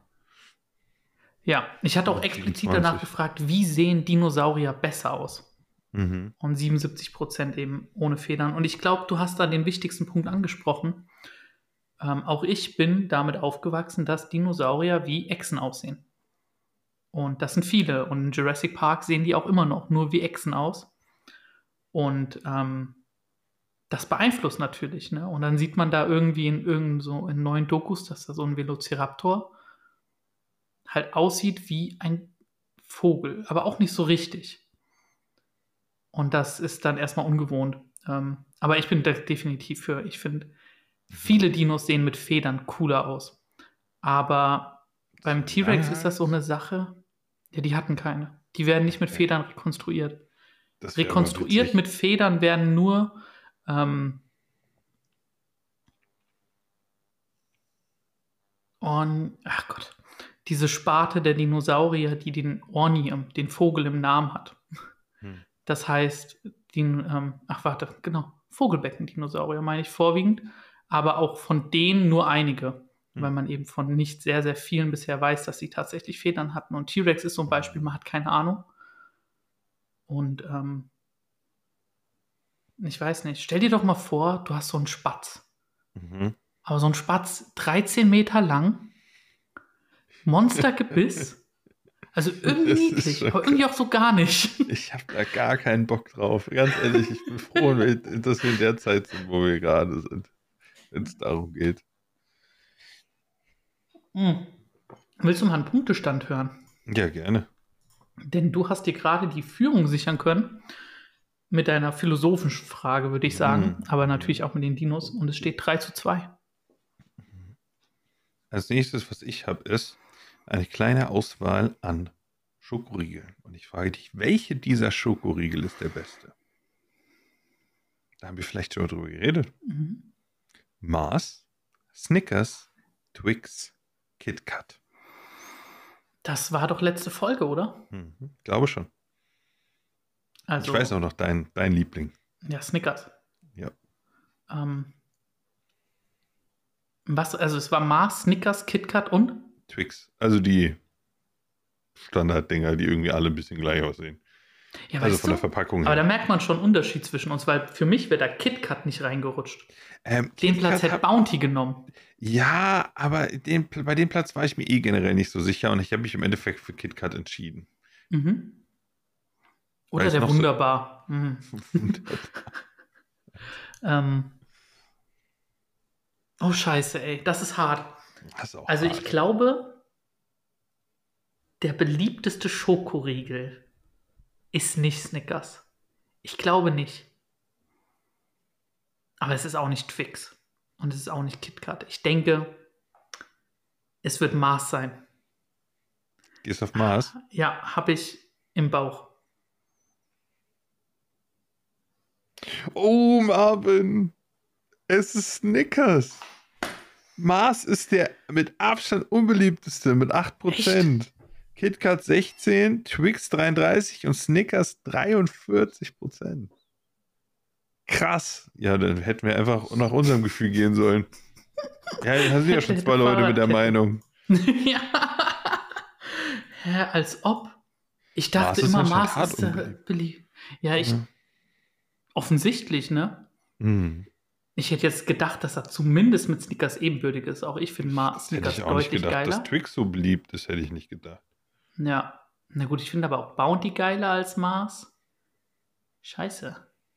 [SPEAKER 1] ja, ich hatte auch
[SPEAKER 2] Ja,
[SPEAKER 1] explizit
[SPEAKER 2] siebenundzwanzig.
[SPEAKER 1] danach gefragt, wie sehen Dinosaurier besser aus?
[SPEAKER 2] Mhm.
[SPEAKER 1] Und siebenundsiebzig Prozent eben ohne Federn. Und ich glaube, du hast da den wichtigsten Punkt angesprochen. Ähm, auch ich bin damit aufgewachsen, dass Dinosaurier wie Echsen aussehen. Und das sind viele. Und in Jurassic Park sehen die auch immer noch nur wie Echsen aus. Und ähm, das beeinflusst natürlich, ne? Und dann sieht man da irgendwie in irgend so in neuen Dokus, dass da so ein Velociraptor halt aussieht wie ein Vogel, aber auch nicht so richtig. Und das ist dann erstmal ungewohnt. Ähm, aber ich bin da definitiv für. Ich finde, viele Dinos sehen mit Federn cooler aus. Aber beim T-Rex ist das so eine Sache, ja, die hatten keine. Die werden nicht mit Federn rekonstruiert.
[SPEAKER 2] Das wäre aber
[SPEAKER 1] Rekonstruiert
[SPEAKER 2] witzig.
[SPEAKER 1] mit Federn werden nur ähm, und, ach Gott, diese Sparte der Dinosaurier, die den Orni, im- den Vogel im Namen hat.
[SPEAKER 2] Hm.
[SPEAKER 1] Das heißt, die, ähm, ach warte, genau, Vogelbecken-Dinosaurier meine ich vorwiegend, aber auch von denen nur einige,
[SPEAKER 2] Hm.
[SPEAKER 1] weil man eben von nicht sehr, sehr vielen bisher weiß, dass sie tatsächlich Federn hatten. Und T-Rex ist so ein Beispiel, man hat keine Ahnung. Und ähm, ich weiß nicht, stell dir doch mal vor, du hast so einen Spatz.
[SPEAKER 2] Mhm.
[SPEAKER 1] Aber so ein Spatz, dreizehn Meter lang, Monstergebiss, also irgendwie
[SPEAKER 2] Das ist
[SPEAKER 1] niedlich,
[SPEAKER 2] schon
[SPEAKER 1] aber irgendwie auch so gar nicht.
[SPEAKER 2] Ich habe da gar keinen Bock drauf. Ganz ehrlich, ich bin froh, dass wir in der Zeit sind, wo wir gerade sind, wenn es darum geht.
[SPEAKER 1] Hm. Willst du mal einen Punktestand hören?
[SPEAKER 2] Ja, gerne.
[SPEAKER 1] Denn du hast dir gerade die Führung sichern können mit deiner philosophischen Frage, würde ich sagen,
[SPEAKER 2] Mhm.
[SPEAKER 1] aber natürlich auch mit den Dinos. Und es steht drei zu zwei.
[SPEAKER 2] Als nächstes, was ich habe, ist eine kleine Auswahl an Schokoriegeln. Und ich frage dich, welche dieser Schokoriegel ist der beste? Da haben wir vielleicht schon drüber geredet.
[SPEAKER 1] Mhm.
[SPEAKER 2] Mars, Snickers, Twix, Kit Kat.
[SPEAKER 1] Das war doch letzte Folge, oder?
[SPEAKER 2] Mhm. Glaube schon.
[SPEAKER 1] Also,
[SPEAKER 2] Ich weiß auch noch dein, dein Liebling.
[SPEAKER 1] ja, Snickers.
[SPEAKER 2] Ja.
[SPEAKER 1] Ähm, was, also es war Mars, Snickers, KitKat und?
[SPEAKER 2] Twix. Also die Standarddinger, die irgendwie alle ein bisschen gleich aussehen.
[SPEAKER 1] Ja,
[SPEAKER 2] Also
[SPEAKER 1] weißt
[SPEAKER 2] von
[SPEAKER 1] du?
[SPEAKER 2] der Verpackung
[SPEAKER 1] Aber da
[SPEAKER 2] her.
[SPEAKER 1] merkt man schon einen Unterschied zwischen uns, weil für mich wäre da KitKat nicht reingerutscht.
[SPEAKER 2] Ähm,
[SPEAKER 1] Den
[SPEAKER 2] Kit
[SPEAKER 1] Platz
[SPEAKER 2] Kat
[SPEAKER 1] hätte
[SPEAKER 2] hab-
[SPEAKER 1] Bounty genommen.
[SPEAKER 2] Ja, aber den, bei dem Platz war ich mir eh generell nicht so sicher und ich habe mich im Endeffekt für Kit Kat entschieden.
[SPEAKER 1] Mhm.
[SPEAKER 2] Weil
[SPEAKER 1] Oder
[SPEAKER 2] es
[SPEAKER 1] der
[SPEAKER 2] noch so-
[SPEAKER 1] Wunderbar. Mhm. ähm. Oh, scheiße, ey. Das ist hart.
[SPEAKER 2] Das ist auch
[SPEAKER 1] Also
[SPEAKER 2] hart.
[SPEAKER 1] ich glaube, der beliebteste Schokoriegel ist nicht Snickers. Ich glaube nicht. Aber es ist auch nicht Twix. Und es ist auch nicht KitKat. Ich denke, es wird Mars sein.
[SPEAKER 2] Gehst auf Mars?
[SPEAKER 1] Ja, habe ich im Bauch.
[SPEAKER 2] Oh, Marvin. Es ist Snickers. Mars ist der mit Abstand unbeliebteste mit acht Prozent. Kit Kat sechzehn, Twix dreiunddreißig und Snickers dreiundvierzig Prozent. Krass. Ja, dann hätten wir einfach nach unserem Gefühl gehen sollen. Ja, da sind ja schon
[SPEAKER 1] Hätte,
[SPEAKER 2] zwei
[SPEAKER 1] hätte
[SPEAKER 2] Leute mit der
[SPEAKER 1] Fahrradkette.
[SPEAKER 2] Meinung.
[SPEAKER 1] Ja. Hä, als ob. Ich dachte
[SPEAKER 2] Mars ist
[SPEAKER 1] immer,
[SPEAKER 2] anscheinend
[SPEAKER 1] Mars
[SPEAKER 2] hart
[SPEAKER 1] ist der
[SPEAKER 2] unbeliebt.
[SPEAKER 1] beliebt. Ja, ich.
[SPEAKER 2] Ja.
[SPEAKER 1] Offensichtlich, ne?
[SPEAKER 2] Hm.
[SPEAKER 1] Ich hätte jetzt gedacht, dass er zumindest mit Snickers ebenbürtig ist. Auch ich finde Mars
[SPEAKER 2] Das hätte
[SPEAKER 1] Snickers
[SPEAKER 2] ich auch nicht
[SPEAKER 1] deutlich
[SPEAKER 2] gedacht,
[SPEAKER 1] geiler.
[SPEAKER 2] dass Twix so beliebt ist, hätte ich nicht gedacht.
[SPEAKER 1] Ja. Na gut, ich finde aber auch Bounty geiler als Mars. Scheiße.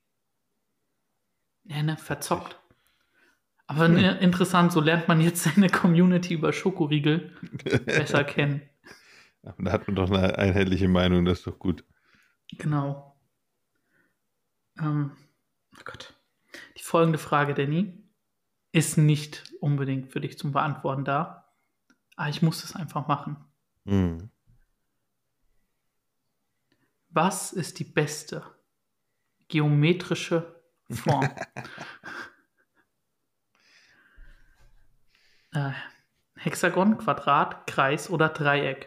[SPEAKER 1] Ja, ne, verzockt. Aber
[SPEAKER 2] Hm.
[SPEAKER 1] ne, interessant, so lernt man jetzt seine Community über Schokoriegel besser kennen.
[SPEAKER 2] Aber da hat man doch eine einheitliche Meinung, das ist doch gut.
[SPEAKER 1] Genau. Ähm, oh Gott. Die folgende Frage, Danny, ist nicht unbedingt für dich zum Beantworten da. Aber ich muss es einfach machen.
[SPEAKER 2] Hm.
[SPEAKER 1] Was ist die beste geometrische Form? äh, Hexagon, Quadrat, Kreis oder Dreieck?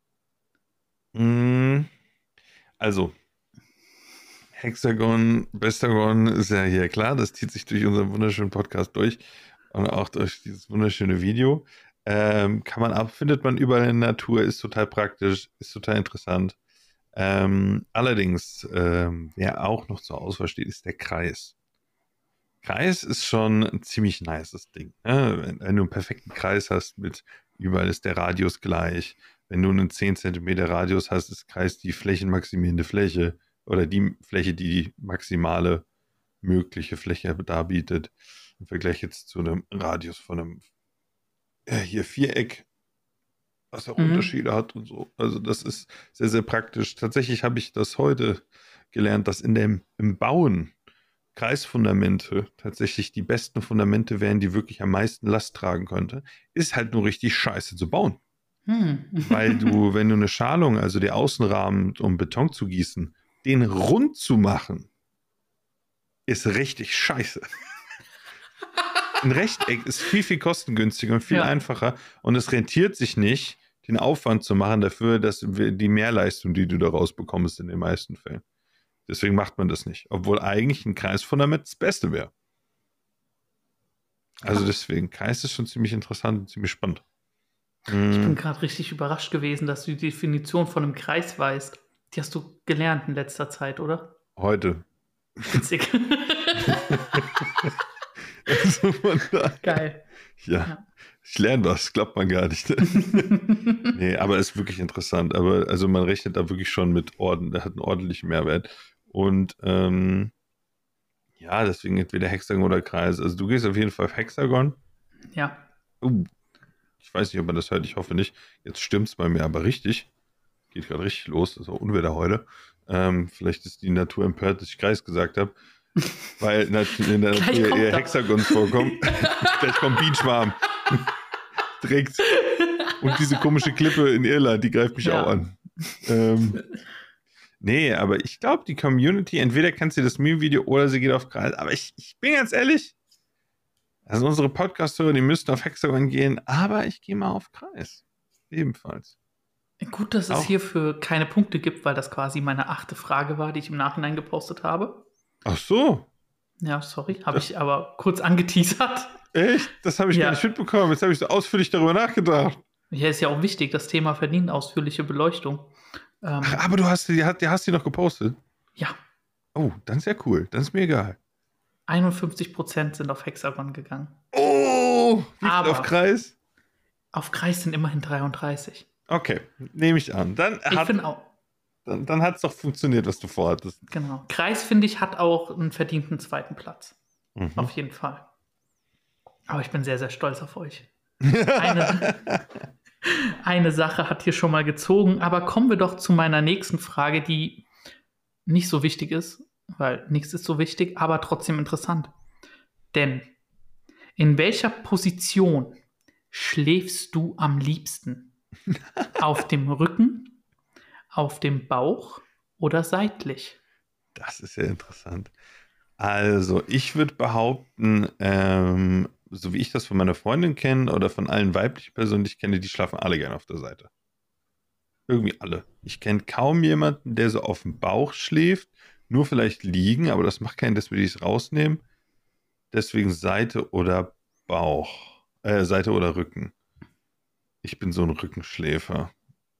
[SPEAKER 2] Hm. Also, Hexagon, Bestagon ist ja hier klar, das zieht sich durch unseren wunderschönen Podcast durch und auch durch dieses wunderschöne Video. Ähm, kann man ab, findet man überall in der Natur, ist total praktisch, ist total interessant. Ähm, allerdings, ähm, wer auch noch zur Auswahl steht, ist der Kreis. Kreis ist schon ein ziemlich nices Ding. Ne? Wenn, wenn du einen perfekten Kreis hast, mit überall ist der Radius gleich. Wenn du einen zehn Zentimeter Radius hast, ist Kreis die flächenmaximierende Fläche oder die Fläche, die die maximale mögliche Fläche darbietet. Im Vergleich jetzt zu einem Radius von einem äh, hier Viereck, was auch
[SPEAKER 1] Mhm.
[SPEAKER 2] Unterschiede hat und so. Also das ist sehr, sehr praktisch. Tatsächlich habe ich das heute gelernt, dass in dem, im Bauen Kreisfundamente tatsächlich die besten Fundamente wären, die wirklich am meisten Last tragen könnte. Ist halt nur richtig scheiße zu bauen.
[SPEAKER 1] Hm.
[SPEAKER 2] Weil du, wenn du eine Schalung, also den Außenrahmen, um Beton zu gießen, den rund zu machen, ist richtig scheiße. Ein Rechteck ist viel, viel kostengünstiger und viel
[SPEAKER 1] Ja.
[SPEAKER 2] einfacher und es rentiert sich nicht, den Aufwand zu machen dafür, dass wir die Mehrleistung, die du daraus bekommst, in den meisten Fällen. Deswegen macht man das nicht. Obwohl eigentlich ein Kreisfundament das Beste wäre. Also deswegen, Kreis ist schon ziemlich interessant und ziemlich spannend.
[SPEAKER 1] Ich bin
[SPEAKER 2] Hm,
[SPEAKER 1] gerade richtig überrascht gewesen, dass du die Definition von einem Kreis weißt. Die hast du gelernt in letzter Zeit, oder?
[SPEAKER 2] heute.
[SPEAKER 1] Witzig.
[SPEAKER 2] Also von daher,
[SPEAKER 1] Geil.
[SPEAKER 2] ja,
[SPEAKER 1] Ja.
[SPEAKER 2] ich lerne was, glaubt man gar nicht. Nee, aber ist wirklich interessant. Aber also man rechnet da wirklich schon mit Orden, der hat einen ordentlichen Mehrwert. Und ähm, ja, deswegen entweder Hexagon oder Kreis. Also du gehst auf jeden Fall auf Hexagon.
[SPEAKER 1] Ja.
[SPEAKER 2] Uh, ich weiß nicht, ob man das hört, ich hoffe nicht. Jetzt stimmt es bei mir aber richtig. Geht gerade richtig los, das ist auch Unwetter heute. Ähm, vielleicht ist die Natur empört, dass ich Kreis gesagt habe. Weil nat- in der
[SPEAKER 1] Gleich
[SPEAKER 2] Natur
[SPEAKER 1] kommt
[SPEAKER 2] eher
[SPEAKER 1] er.
[SPEAKER 2] Hexagons vorkommen. Gleich kommt Bienenschwarm. Direkt. Und diese komische Klippe in Irland, die greift mich
[SPEAKER 1] Ja.
[SPEAKER 2] auch an. Ähm, nee, aber ich glaube, die Community, entweder kann sie das Meme-Video oder sie geht auf Kreis. Aber ich, ich bin ganz ehrlich, also unsere Podcast-Hörer, die müssten auf Hexagon gehen, aber ich gehe mal auf Kreis. Ebenfalls.
[SPEAKER 1] Gut, dass es
[SPEAKER 2] Auch.
[SPEAKER 1] hierfür keine Punkte gibt, weil das quasi meine achte Frage war, die ich im Nachhinein gepostet habe.
[SPEAKER 2] Ach so,
[SPEAKER 1] Ja, sorry, habe ich aber kurz angeteasert.
[SPEAKER 2] echt? Das habe ich
[SPEAKER 1] Ja.
[SPEAKER 2] gar nicht mitbekommen. Jetzt habe ich so ausführlich darüber nachgedacht.
[SPEAKER 1] Ja, ist ja auch wichtig, das Thema verdient ausführliche Beleuchtung. Ähm,
[SPEAKER 2] Ach, aber du hast die, die hast die noch gepostet.
[SPEAKER 1] ja,
[SPEAKER 2] Oh, dann ist ja cool. Dann ist mir egal.
[SPEAKER 1] einundfünfzig Prozent sind auf Hexagon gegangen.
[SPEAKER 2] Oh, wie viel
[SPEAKER 1] Aber-
[SPEAKER 2] auf Kreis?
[SPEAKER 1] Auf Kreis sind immerhin dreiunddreißig.
[SPEAKER 2] Okay, nehme ich an. Dann
[SPEAKER 1] Ich
[SPEAKER 2] hat
[SPEAKER 1] finde auch,
[SPEAKER 2] dann, dann es doch funktioniert, was du vorhattest.
[SPEAKER 1] genau. Kreis, finde ich, hat auch einen verdienten zweiten Platz.
[SPEAKER 2] Mhm.
[SPEAKER 1] Auf jeden Fall. Aber ich bin sehr, sehr stolz auf euch. Eine, eine Sache hat hier schon mal gezogen, aber kommen wir doch zu meiner nächsten Frage, die nicht so wichtig ist, weil nichts ist so wichtig, aber trotzdem interessant. Denn in welcher Position schläfst du am liebsten? Auf dem Rücken, auf dem Bauch oder seitlich?
[SPEAKER 2] Das ist ja interessant. Also, ich würde behaupten, ähm, so wie ich das von meiner Freundin kenne oder von allen weiblichen Personen, die ich kenne, die schlafen alle gerne auf der Seite. Irgendwie alle. Ich kenne kaum jemanden, der so auf dem Bauch schläft, nur vielleicht liegen, aber das macht keinen, dass wir dies rausnehmen. Deswegen Seite oder Bauch. Äh, Seite oder Rücken. Ich bin so ein Rückenschläfer.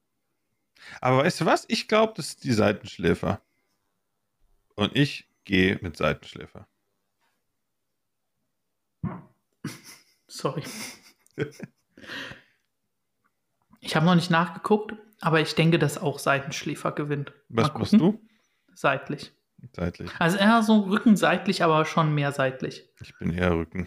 [SPEAKER 2] Aber weißt du was? Ich glaube, das ist die Seitenschläfer. Und ich gehe mit Seitenschläfer.
[SPEAKER 1] Sorry. Ich habe noch nicht nachgeguckt, aber ich denke, dass auch Seitenschläfer gewinnt.
[SPEAKER 2] Was
[SPEAKER 1] Mal
[SPEAKER 2] machst
[SPEAKER 1] gucken.
[SPEAKER 2] du?
[SPEAKER 1] Seitlich.
[SPEAKER 2] Seitlich.
[SPEAKER 1] Also eher so rückenseitlich, aber schon mehr seitlich.
[SPEAKER 2] Ich bin eher Rücken.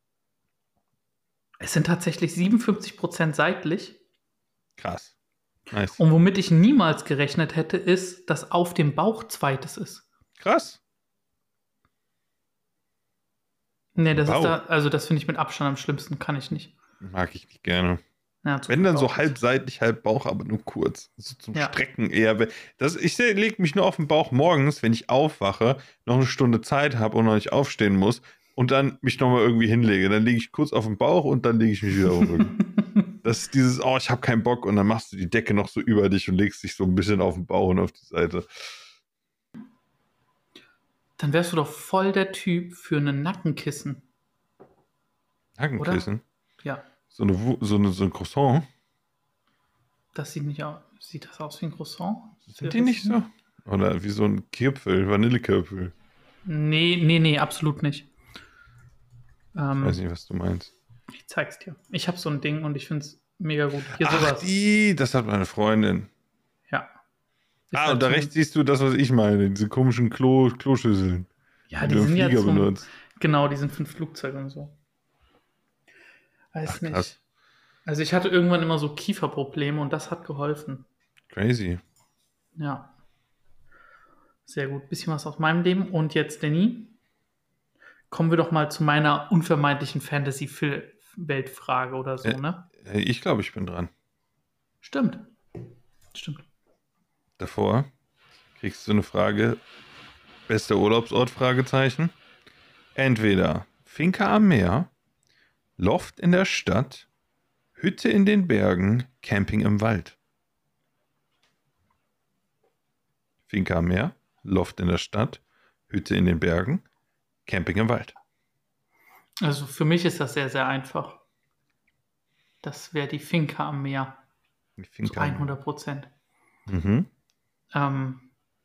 [SPEAKER 1] Es sind tatsächlich siebenundfünfzig Prozent seitlich.
[SPEAKER 2] Krass. Nice.
[SPEAKER 1] Und womit ich niemals gerechnet hätte, ist, dass auf dem Bauch zweites ist.
[SPEAKER 2] Krass.
[SPEAKER 1] Nee, das
[SPEAKER 2] Wow.
[SPEAKER 1] ist da, also das finde ich mit Abstand am schlimmsten, kann ich nicht.
[SPEAKER 2] Mag ich nicht gerne.
[SPEAKER 1] Ja, zu
[SPEAKER 2] Wenn
[SPEAKER 1] viel
[SPEAKER 2] dann so
[SPEAKER 1] Bauch.
[SPEAKER 2] halb seitlich, halb Bauch, aber nur kurz. So zum
[SPEAKER 1] Ja.
[SPEAKER 2] Strecken eher. Das, ich lege mich nur auf den Bauch morgens, wenn ich aufwache, noch eine Stunde Zeit habe und noch nicht aufstehen muss und dann mich nochmal irgendwie hinlege. Dann lege ich kurz auf den Bauch und dann lege ich mich wieder auf den Rücken. Das ist dieses, oh, ich habe keinen Bock und dann machst du die Decke noch so über dich und legst dich so ein bisschen auf den Bauch und auf die Seite.
[SPEAKER 1] Dann wärst du doch voll der Typ für ein Nackenkissen.
[SPEAKER 2] Nackenkissen.
[SPEAKER 1] Ja,
[SPEAKER 2] So, eine, Wu- so, eine, so ein Croissant.
[SPEAKER 1] das sieht nicht aus. Sieht das aus wie ein Croissant?
[SPEAKER 2] Sind die nicht so? Oder wie so ein Kipfel, Vanillekipfel.
[SPEAKER 1] Nee, nee, nee, absolut nicht. Ähm,
[SPEAKER 2] Ich weiß nicht, was du meinst.
[SPEAKER 1] Ich zeig's dir. Ich habe so ein Ding und ich finde es mega gut. Hier
[SPEAKER 2] Ach,
[SPEAKER 1] sowas.
[SPEAKER 2] die, das hat meine Freundin.
[SPEAKER 1] Ja. Ist
[SPEAKER 2] Ah,
[SPEAKER 1] halt
[SPEAKER 2] und da
[SPEAKER 1] so-
[SPEAKER 2] rechts siehst du das, was ich meine, diese komischen Klo, Kloschüsseln.
[SPEAKER 1] Ja,
[SPEAKER 2] wenn
[SPEAKER 1] die
[SPEAKER 2] du einen
[SPEAKER 1] sind ja
[SPEAKER 2] Flieger
[SPEAKER 1] zum,
[SPEAKER 2] benutzt.
[SPEAKER 1] genau, die sind für ein Flugzeug und so. Weiß
[SPEAKER 2] Ach, krass.
[SPEAKER 1] nicht. Also ich hatte irgendwann immer so Kieferprobleme und das hat geholfen.
[SPEAKER 2] Crazy.
[SPEAKER 1] Ja, sehr gut. Bisschen was aus meinem Leben. Und jetzt, Danny, kommen wir doch mal zu meiner unvermeidlichen Fantasy-Weltfrage oder so,
[SPEAKER 2] Äh,
[SPEAKER 1] ne?
[SPEAKER 2] äh, ich glaube, ich bin dran.
[SPEAKER 1] Stimmt. Stimmt.
[SPEAKER 2] Davor kriegst du eine Frage. Bester Urlaubsort? Fragezeichen. Entweder Finca am Meer, Loft in der Stadt, Hütte in den Bergen, Camping im Wald. Finca am Meer, Loft in der Stadt, Hütte in den Bergen, Camping im Wald.
[SPEAKER 1] Also für mich ist das sehr, sehr einfach. Das wäre die Finca am Meer.
[SPEAKER 2] Die
[SPEAKER 1] Zu
[SPEAKER 2] Finca am Meer.
[SPEAKER 1] hundert Prozent.
[SPEAKER 2] Mhm.
[SPEAKER 1] Ähm,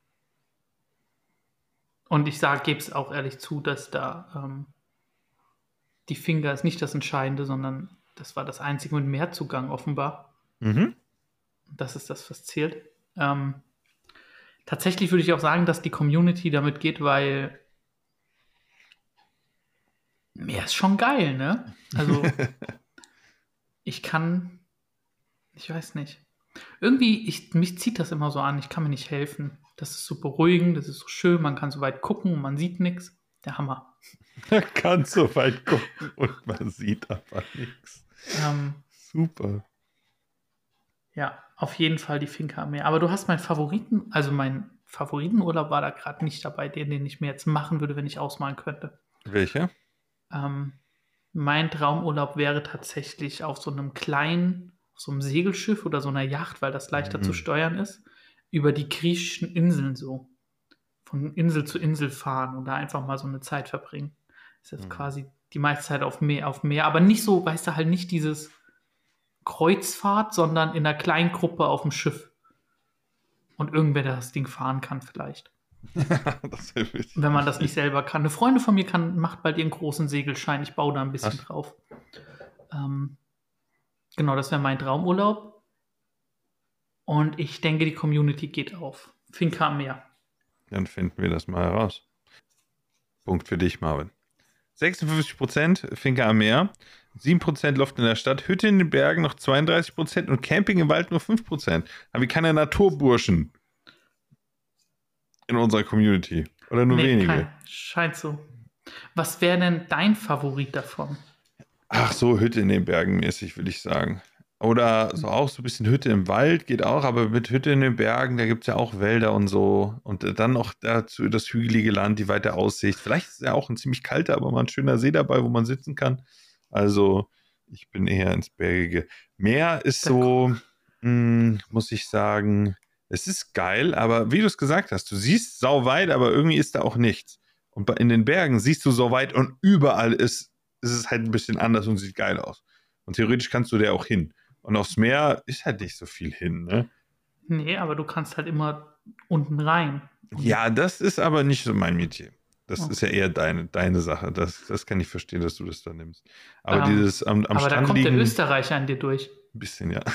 [SPEAKER 1] und ich sage, gebe es auch ehrlich zu, dass da ähm, die Finca ist nicht das Entscheidende, sondern das war das einzige mit Mehrzugang offenbar.
[SPEAKER 2] Mhm.
[SPEAKER 1] Das ist das, was zählt. Ähm, tatsächlich würde ich auch sagen, dass die Community damit geht, weil Meer ist schon geil, ne? Also ich kann, ich weiß nicht. Irgendwie, ich, mich zieht das immer so an, ich kann mir nicht helfen. Das ist so beruhigend, das ist so schön, man kann so weit gucken und man sieht nichts. Der Hammer.
[SPEAKER 2] Man kann so weit gucken und man sieht aber nichts.
[SPEAKER 1] Ähm,
[SPEAKER 2] Super.
[SPEAKER 1] ja, auf jeden Fall die Finca am Meer. Aber du hast meinen Favoriten, also mein Favoritenurlaub war da gerade nicht dabei, den, den ich mir jetzt machen würde, wenn ich ausmalen könnte.
[SPEAKER 2] Welcher?
[SPEAKER 1] Ähm, mein Traumurlaub wäre tatsächlich auf so einem kleinen, auf so einem Segelschiff oder so einer Yacht, weil das leichter
[SPEAKER 2] Mhm.
[SPEAKER 1] zu steuern ist, über die griechischen Inseln so. Von Insel zu Insel fahren und da einfach mal so eine Zeit verbringen. Das ist jetzt
[SPEAKER 2] Mhm.
[SPEAKER 1] quasi die meiste Zeit auf Meer, auf Meer. Aber nicht so, weißt du, halt nicht dieses Kreuzfahrt, sondern in einer kleinen Gruppe auf dem Schiff. Und irgendwer, der das Ding fahren kann, vielleicht.
[SPEAKER 2] Das wäre witzig.
[SPEAKER 1] Wenn man das nicht selber kann. Eine Freundin von mir kann, macht bald ihren großen Segelschein. Ich baue da ein bisschen
[SPEAKER 2] Ach.
[SPEAKER 1] drauf. Ähm, genau, das wäre mein Traumurlaub. Und ich denke, die Community geht auf. Finca am Meer.
[SPEAKER 2] Dann finden wir das mal heraus. Punkt für dich, Marvin. sechsundfünfzig Prozent Finca am Meer, sieben Prozent Loft in der Stadt, Hütte in den Bergen noch zweiunddreißig Prozent und Camping im Wald nur fünf Prozent. Haben wir keine Naturburschen in unserer Community? Oder nur
[SPEAKER 1] Nee,
[SPEAKER 2] wenige?
[SPEAKER 1] kein, scheint so. Was wäre denn dein Favorit davon?
[SPEAKER 2] Ach so, Hütte in den Bergen mäßig, würde ich sagen. Oder so auch so ein bisschen Hütte im Wald geht auch, aber mit Hütte in den Bergen, da gibt es ja auch Wälder und so. Und dann noch dazu das hügelige Land, die weite Aussicht. Vielleicht ist ja auch ein ziemlich kalter, aber mal ein schöner See dabei, wo man sitzen kann. Also, ich bin eher ins Bergige. Meer ist so, mh, muss ich sagen, es ist geil, aber wie du es gesagt hast, du siehst sau weit, aber irgendwie ist da auch nichts. Und bei- in den Bergen siehst du so weit und überall ist, ist es halt ein bisschen anders und sieht geil aus. Und theoretisch kannst du da auch hin. Und aufs Meer ist halt nicht so viel hin, ne?
[SPEAKER 1] Nee, aber du kannst halt immer unten rein. Und
[SPEAKER 2] Ja, das ist aber nicht so mein Metier. Das
[SPEAKER 1] Oh.
[SPEAKER 2] ist ja eher deine, deine Sache. Das, das kann ich verstehen, dass du das da nimmst. Aber
[SPEAKER 1] Ähm,
[SPEAKER 2] dieses am, am
[SPEAKER 1] aber da
[SPEAKER 2] Strand
[SPEAKER 1] kommt
[SPEAKER 2] liegen,
[SPEAKER 1] der Österreicher an dir durch.
[SPEAKER 2] ein bisschen, ja.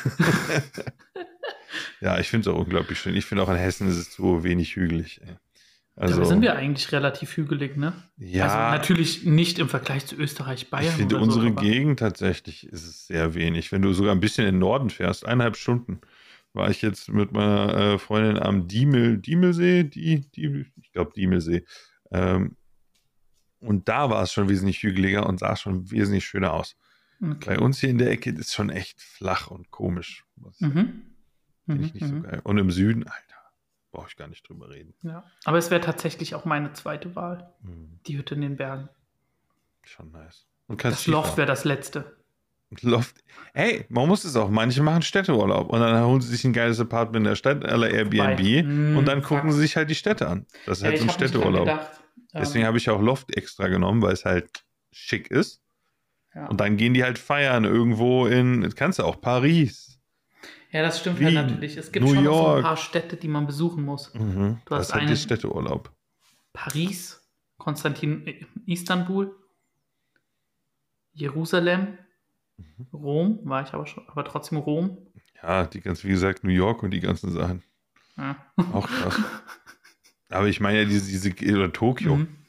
[SPEAKER 2] Ja, ich finde es auch unglaublich schön. Ich finde auch in Hessen ist es so wenig hügelig. Ey. Also,
[SPEAKER 1] Dabei sind wir eigentlich relativ hügelig, ne?
[SPEAKER 2] ja,
[SPEAKER 1] Also natürlich nicht im Vergleich zu Österreich, Bayern
[SPEAKER 2] ich finde
[SPEAKER 1] oder
[SPEAKER 2] unsere
[SPEAKER 1] so. aber-
[SPEAKER 2] Gegend tatsächlich ist es sehr wenig. Wenn du sogar ein bisschen in den Norden fährst, eineinhalb Stunden, war ich jetzt mit meiner äh, Freundin am Diemel, Diemelsee, die, die, ich glaube Diemelsee. Ähm, und da war es schon wesentlich hügeliger und sah schon wesentlich schöner aus.
[SPEAKER 1] Okay.
[SPEAKER 2] Bei uns hier in der Ecke ist es schon echt flach und komisch. Das
[SPEAKER 1] Mhm.
[SPEAKER 2] finde
[SPEAKER 1] Mhm.
[SPEAKER 2] ich nicht so
[SPEAKER 1] Mhm.
[SPEAKER 2] geil. Und im Süden, Alter, brauche ich gar nicht drüber reden.
[SPEAKER 1] Ja. Aber es wäre tatsächlich auch meine zweite Wahl.
[SPEAKER 2] Hm,
[SPEAKER 1] Die Hütte in den Bergen.
[SPEAKER 2] schon nice. Und kannst
[SPEAKER 1] Das Loft
[SPEAKER 2] Skifahren.
[SPEAKER 1] wäre das letzte.
[SPEAKER 2] Loft. Hey, man muss es auch. Manche machen Städteurlaub und dann holen sie sich ein geiles Apartment in der Stadt, à la Airbnb,
[SPEAKER 1] Wobei,
[SPEAKER 2] und dann
[SPEAKER 1] mh,
[SPEAKER 2] gucken
[SPEAKER 1] fuck.
[SPEAKER 2] sie sich halt die Städte an. Das ist
[SPEAKER 1] Ja,
[SPEAKER 2] halt so
[SPEAKER 1] ich
[SPEAKER 2] ein
[SPEAKER 1] habe nicht dran
[SPEAKER 2] Städteurlaub.
[SPEAKER 1] gedacht.
[SPEAKER 2] Deswegen
[SPEAKER 1] Ähm,
[SPEAKER 2] habe ich auch Loft extra genommen, weil es halt schick ist.
[SPEAKER 1] ja.
[SPEAKER 2] Und dann gehen die halt feiern irgendwo in, kannst du auch Paris.
[SPEAKER 1] ja, das stimmt
[SPEAKER 2] Wien,
[SPEAKER 1] halt natürlich. Es gibt
[SPEAKER 2] New
[SPEAKER 1] schon noch so ein
[SPEAKER 2] York.
[SPEAKER 1] paar Städte, die man besuchen muss.
[SPEAKER 2] Mhm.
[SPEAKER 1] Du
[SPEAKER 2] Das
[SPEAKER 1] hast
[SPEAKER 2] ist halt
[SPEAKER 1] einen-
[SPEAKER 2] der Städteurlaub.
[SPEAKER 1] Paris, Konstantin, äh, Istanbul, Jerusalem,
[SPEAKER 2] Mhm.
[SPEAKER 1] Rom, war ich aber schon, aber trotzdem Rom.
[SPEAKER 2] Ja, die ganz, wie gesagt, New York und die ganzen Sachen.
[SPEAKER 1] Ja.
[SPEAKER 2] Auch krass. Aber ich meine ja diese, diese oder Tokio.
[SPEAKER 1] Mhm.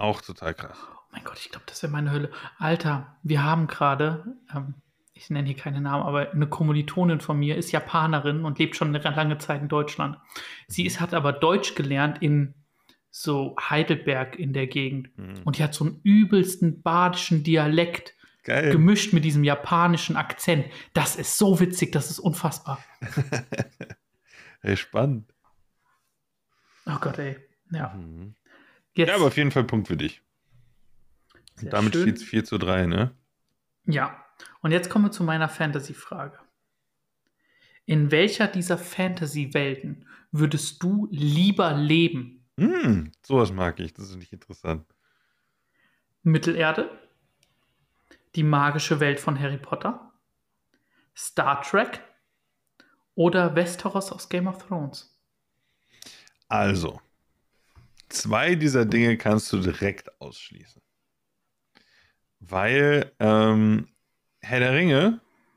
[SPEAKER 2] Auch total krass.
[SPEAKER 1] Oh mein Gott, ich glaube, das wäre meine Hölle. Alter, wir haben gerade, ähm, ich nenne hier keine Namen, aber eine Kommilitonin von mir ist Japanerin und lebt schon eine lange Zeit in Deutschland. Sie ist, hat aber Deutsch gelernt in so Heidelberg in der Gegend.
[SPEAKER 2] Mhm.
[SPEAKER 1] Und die hat so einen übelsten badischen Dialekt
[SPEAKER 2] Geil.
[SPEAKER 1] gemischt mit diesem japanischen Akzent. Das ist so witzig, das ist unfassbar.
[SPEAKER 2] Ey, spannend.
[SPEAKER 1] Oh Gott, ey. Ja.
[SPEAKER 2] Mhm.
[SPEAKER 1] Jetzt,
[SPEAKER 2] Ja, aber auf jeden Fall Punkt für dich.
[SPEAKER 1] sehr
[SPEAKER 2] Und damit
[SPEAKER 1] schön.
[SPEAKER 2] steht es vier zu drei, ne?
[SPEAKER 1] Ja. Und jetzt kommen wir zu meiner Fantasy-Frage. In welcher dieser Fantasy-Welten würdest du lieber leben?
[SPEAKER 2] Hm, sowas mag ich. Das ist nicht interessant.
[SPEAKER 1] Mittelerde? Die magische Welt von Harry Potter? Star Trek? Oder Westeros aus Game of Thrones?
[SPEAKER 2] Also, zwei dieser Dinge kannst du direkt ausschließen. Weil ähm, Herr der Ringe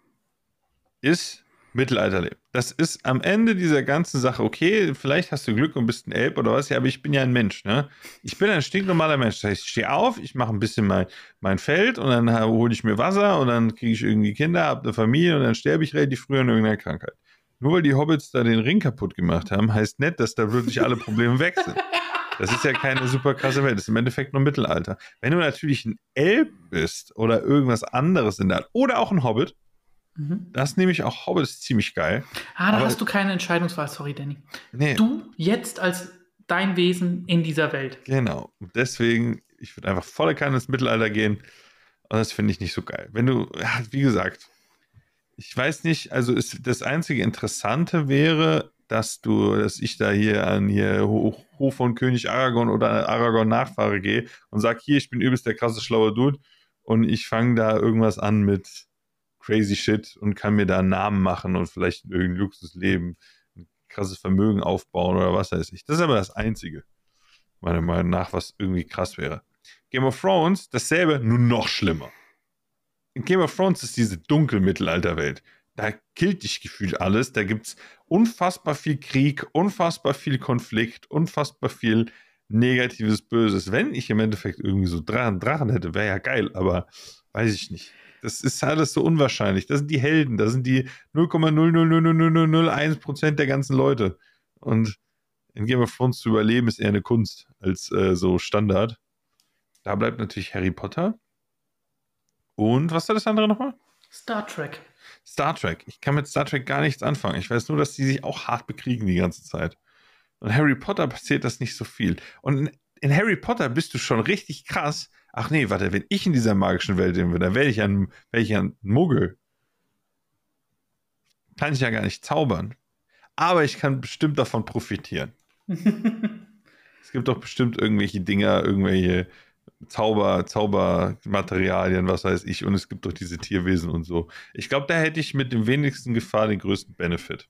[SPEAKER 2] ist Mittelalterleben. Das ist am Ende dieser ganzen Sache, okay, vielleicht hast du Glück und bist ein Elb oder was, ja, aber ich bin ja ein Mensch, ne? Ich bin ein stinknormaler Mensch. Das heißt, ich stehe auf, ich mache ein bisschen mein, mein Feld und dann hole ich mir Wasser und dann kriege ich irgendwie Kinder, habe eine Familie und dann sterbe ich relativ früh an irgendeiner Krankheit. Nur weil die Hobbits da den Ring kaputt gemacht haben, heißt nicht, dass da wirklich alle Probleme weg sind. Das ist ja keine super krasse Welt. Das ist im Endeffekt nur Mittelalter. Wenn du natürlich ein Elb bist oder irgendwas anderes in der Art oder auch ein Hobbit,
[SPEAKER 1] Mhm.
[SPEAKER 2] das nehme ich auch. Hobbit ist ziemlich geil.
[SPEAKER 1] Ah, da
[SPEAKER 2] Aber-
[SPEAKER 1] hast du keine Entscheidungswahl, sorry, Danny.
[SPEAKER 2] Nee,
[SPEAKER 1] Du jetzt als dein Wesen in dieser Welt.
[SPEAKER 2] genau. Und deswegen, ich würde einfach volle Kanne ins Mittelalter gehen. Und das finde ich nicht so geil. Wenn du, ja, wie gesagt, ich weiß nicht, also ist, das einzige Interessante wäre, dass du, dass ich da hier an hier Hof, Hof von König Aragorn oder Aragorn Nachfahre gehe und sage, hier, ich bin übelst der krasse, schlaue Dude und ich fange da irgendwas an mit crazy shit und kann mir da einen Namen machen und vielleicht irgendein Luxusleben, ein krasses Vermögen aufbauen oder was weiß ich. Das ist aber das Einzige, meiner Meinung nach, was irgendwie krass wäre. Game of Thrones, dasselbe, nur noch schlimmer. In Game of Thrones ist diese dunkle Mittelalterwelt. Da killt dich gefühlt alles. Da gibt es unfassbar viel Krieg, unfassbar viel Konflikt, unfassbar viel negatives Böses. Wenn ich im Endeffekt irgendwie so Drachen, Drachen hätte, wäre ja geil, aber weiß ich nicht. Das ist alles so unwahrscheinlich. Das sind die Helden, das sind die null Komma null null null null null null null eins Prozent der ganzen Leute. Und in Game of Thrones zu überleben ist eher eine Kunst als äh, so Standard. Da bleibt natürlich Harry Potter. Und was war das andere nochmal?
[SPEAKER 1] Star Trek.
[SPEAKER 2] Star Trek. Ich kann mit Star Trek gar nichts anfangen. Ich weiß nur, dass die sich auch hart bekriegen die ganze Zeit. Und Harry Potter passiert das nicht so viel. Und in, in Harry Potter bist du schon richtig krass. Ach nee, warte, wenn ich in dieser magischen Welt bin, dann wäre ich, ein, wär ich ein Muggel. Kann ich ja gar nicht zaubern. Aber ich kann bestimmt davon profitieren. Es gibt doch bestimmt irgendwelche Dinger, irgendwelche Zauber, Zaubermaterialien, was weiß ich. Und es gibt doch diese Tierwesen und so. Ich glaube, da hätte ich mit dem wenigsten Gefahr den größten Benefit.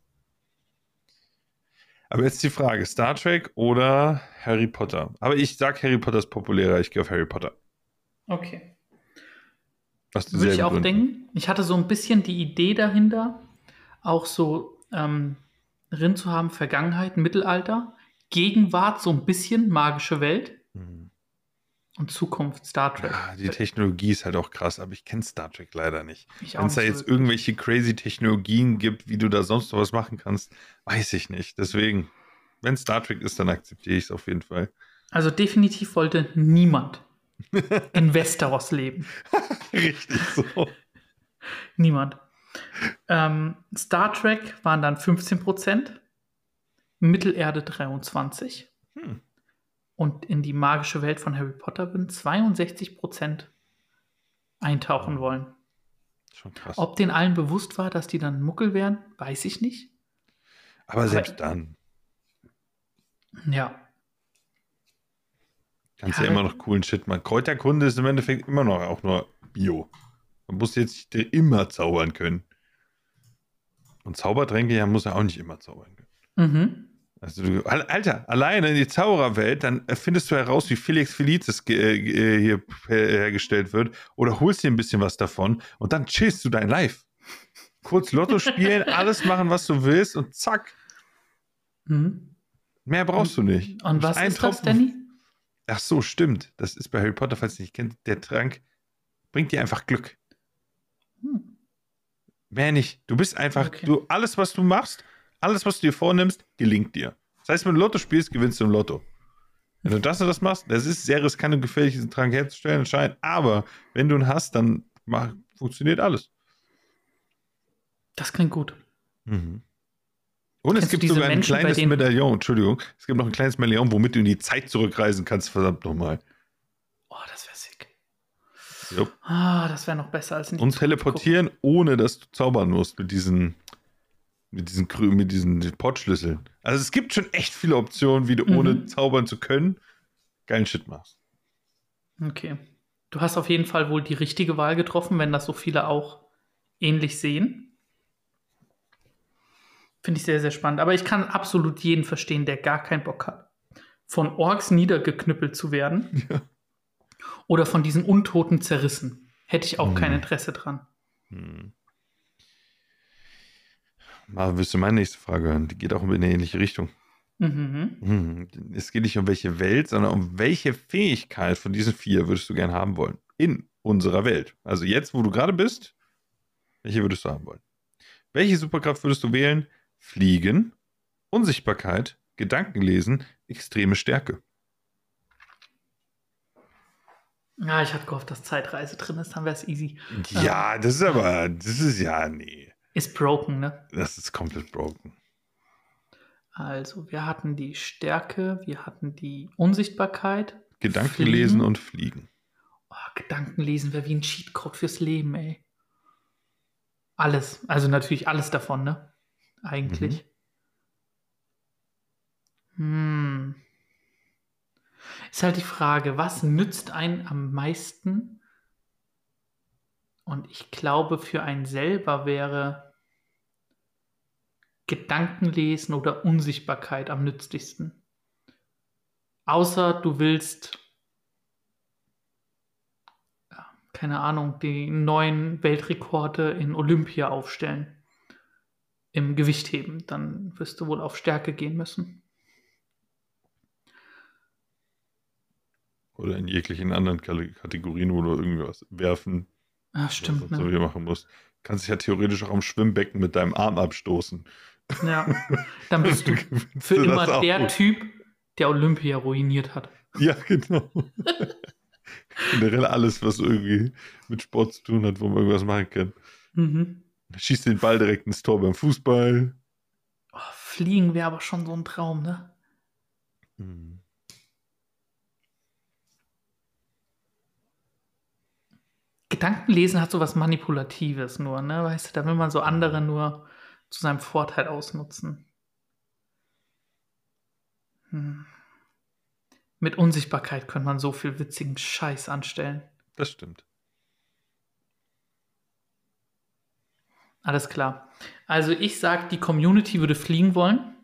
[SPEAKER 2] Aber jetzt die Frage, Star Trek oder Harry Potter? Aber ich sag, Harry Potter ist populärer. Ich gehe auf Harry Potter.
[SPEAKER 1] Okay.
[SPEAKER 2] Was
[SPEAKER 1] Würde ich auch denken. Ich hatte so ein bisschen die Idee dahinter, auch so ähm, drin zu haben, Vergangenheit, Mittelalter, Gegenwart, so ein bisschen magische Welt
[SPEAKER 2] Hm.
[SPEAKER 1] und Zukunft, Star Trek.
[SPEAKER 2] Ja, die Technologie ist halt auch krass, aber ich kenne Star Trek leider nicht.
[SPEAKER 1] Ich auch
[SPEAKER 2] Wenn es da
[SPEAKER 1] nicht
[SPEAKER 2] jetzt
[SPEAKER 1] wirklich.
[SPEAKER 2] irgendwelche crazy Technologien gibt, wie du da sonst noch was machen kannst, weiß ich nicht. Deswegen, wenn Star Trek ist, dann akzeptiere ich es auf jeden Fall.
[SPEAKER 1] Also definitiv wollte niemand in Westeros leben.
[SPEAKER 2] Richtig so.
[SPEAKER 1] Niemand. Ähm, Star Trek waren dann fünfzehn Prozent, Mittelerde dreiundzwanzig
[SPEAKER 2] Hm.
[SPEAKER 1] und in die magische Welt von Harry Potter würden zweiundsechzig Prozent eintauchen wollen.
[SPEAKER 2] Schon krass.
[SPEAKER 1] Ob den allen bewusst war, dass die dann Muggel wären, weiß ich nicht.
[SPEAKER 2] aber selbst dann
[SPEAKER 1] Ja,
[SPEAKER 2] kannst du ja
[SPEAKER 1] Ja,
[SPEAKER 2] immer noch coolen Shit machen. Kräuterkunde ist im Endeffekt immer noch auch nur Bio. Man muss jetzt nicht immer zaubern können. Und Zaubertränke ja muss er auch nicht immer zaubern können.
[SPEAKER 1] mhm.
[SPEAKER 2] Also du, Al- Alter, alleine in die Zaubererwelt, dann findest du heraus, wie Felix Felicis ge- äh, hier her- hergestellt wird oder holst dir ein bisschen was davon und dann chillst du dein Life. Kurz Lotto spielen, alles machen, was du willst und zack.
[SPEAKER 1] Mhm.
[SPEAKER 2] Mehr brauchst du nicht.
[SPEAKER 1] Und was
[SPEAKER 2] Ein
[SPEAKER 1] ist das,
[SPEAKER 2] Tropfen-
[SPEAKER 1] Danny?
[SPEAKER 2] Ach so, stimmt. Das ist bei Harry Potter, falls ihr nicht kennt, der Trank bringt dir einfach Glück.
[SPEAKER 1] Hm.
[SPEAKER 2] Mehr nicht. Du bist einfach,
[SPEAKER 1] Okay.
[SPEAKER 2] du, alles, was du machst, alles, was du dir vornimmst, gelingt dir. Das heißt, wenn du Lotto spielst, gewinnst du im Lotto. Wenn du das und das machst, das ist sehr riskant und gefährlich, diesen Trank herzustellen, anscheinend. Aber wenn du ihn hast, dann mach, funktioniert alles.
[SPEAKER 1] Das klingt gut.
[SPEAKER 2] Mhm. Und es
[SPEAKER 1] Kennst du
[SPEAKER 2] gibt
[SPEAKER 1] diese
[SPEAKER 2] sogar ein
[SPEAKER 1] Menschen, bei
[SPEAKER 2] kleines
[SPEAKER 1] denen-
[SPEAKER 2] Medaillon, Entschuldigung, es gibt noch ein kleines Medaillon, womit du in die Zeit zurückreisen kannst, verdammt nochmal.
[SPEAKER 1] Oh, das wäre sick.
[SPEAKER 2] Jupp.
[SPEAKER 1] Ah, das wäre noch besser als in die
[SPEAKER 2] Und
[SPEAKER 1] Zukunft
[SPEAKER 2] teleportieren, ohne dass du zaubern musst mit diesen, mit diesen, Krü- mit diesen Portschlüsseln. Also es gibt schon echt viele Optionen, wie du
[SPEAKER 1] Mhm.
[SPEAKER 2] ohne zaubern zu können, geilen Shit machst.
[SPEAKER 1] gucken. Okay. Du hast auf jeden Fall wohl die richtige Wahl getroffen, wenn das so viele auch ähnlich sehen. Finde ich sehr, sehr spannend. Aber ich kann absolut jeden verstehen, der gar keinen Bock hat, von Orks niedergeknüppelt zu werden
[SPEAKER 2] Ja.
[SPEAKER 1] oder von diesen Untoten zerrissen. Hätte ich auch
[SPEAKER 2] Mhm.
[SPEAKER 1] kein Interesse dran.
[SPEAKER 2] Hm. Mal willst du meine nächste Frage hören? Die geht auch in eine ähnliche Richtung.
[SPEAKER 1] Mhm.
[SPEAKER 2] Hm. Es geht nicht um welche Welt, sondern um welche Fähigkeit von diesen vier würdest du gerne haben wollen in unserer Welt. Also jetzt, wo du gerade bist, welche würdest du haben wollen? Welche Superkraft würdest du wählen? Fliegen, Unsichtbarkeit, Gedankenlesen, extreme Stärke.
[SPEAKER 1] Ja, ich hatte gehofft, dass Zeitreise drin ist, dann wäre es easy.
[SPEAKER 2] Ja, das ist aber, das ist ja, nee.
[SPEAKER 1] Ist broken, ne?
[SPEAKER 2] Das ist komplett broken.
[SPEAKER 1] Also, wir hatten die Stärke, wir hatten die Unsichtbarkeit.
[SPEAKER 2] Gedankenlesen
[SPEAKER 1] Fliegen.
[SPEAKER 2] und Fliegen.
[SPEAKER 1] Oh, Gedankenlesen wäre wie ein Cheatcode fürs Leben, ey. Alles. Also natürlich alles davon, ne? Eigentlich. Hm. Ist halt die Frage, was nützt einen am meisten? Und ich glaube, für einen selber wäre Gedankenlesen oder Unsichtbarkeit am nützlichsten. Außer du willst, ja, keine Ahnung, die neuen Weltrekorde in Olympia aufstellen. Im Gewichtheben. Dann wirst du wohl auf Stärke gehen müssen.
[SPEAKER 2] Oder in jeglichen anderen Kale- Kategorien, wo du irgendwas werfen,
[SPEAKER 1] Ah,
[SPEAKER 2] was
[SPEAKER 1] stimmt,
[SPEAKER 2] sonst irgendwie
[SPEAKER 1] ne?
[SPEAKER 2] machen musst. Kannst dich ja theoretisch auch am Schwimmbecken mit deinem Arm abstoßen.
[SPEAKER 1] Ja. Dann bist du
[SPEAKER 2] Gewinnst
[SPEAKER 1] für
[SPEAKER 2] du das
[SPEAKER 1] immer
[SPEAKER 2] auch.
[SPEAKER 1] der Typ, der Olympia ruiniert hat.
[SPEAKER 2] Ja, genau. Generell alles, was irgendwie mit Sport zu tun hat, wo man irgendwas machen kann.
[SPEAKER 1] Mhm.
[SPEAKER 2] Schießt den Ball direkt ins Tor beim Fußball.
[SPEAKER 1] Oh, Fliegen wäre aber schon so ein Traum, ne?
[SPEAKER 2] Hm.
[SPEAKER 1] Gedankenlesen hat so was Manipulatives nur, ne? Weißt du, da will man so andere nur zu seinem Vorteil ausnutzen. Hm. Mit Unsichtbarkeit könnte man so viel witzigen Scheiß anstellen.
[SPEAKER 2] Das stimmt.
[SPEAKER 1] Alles klar. Also ich sag, die Community würde fliegen wollen.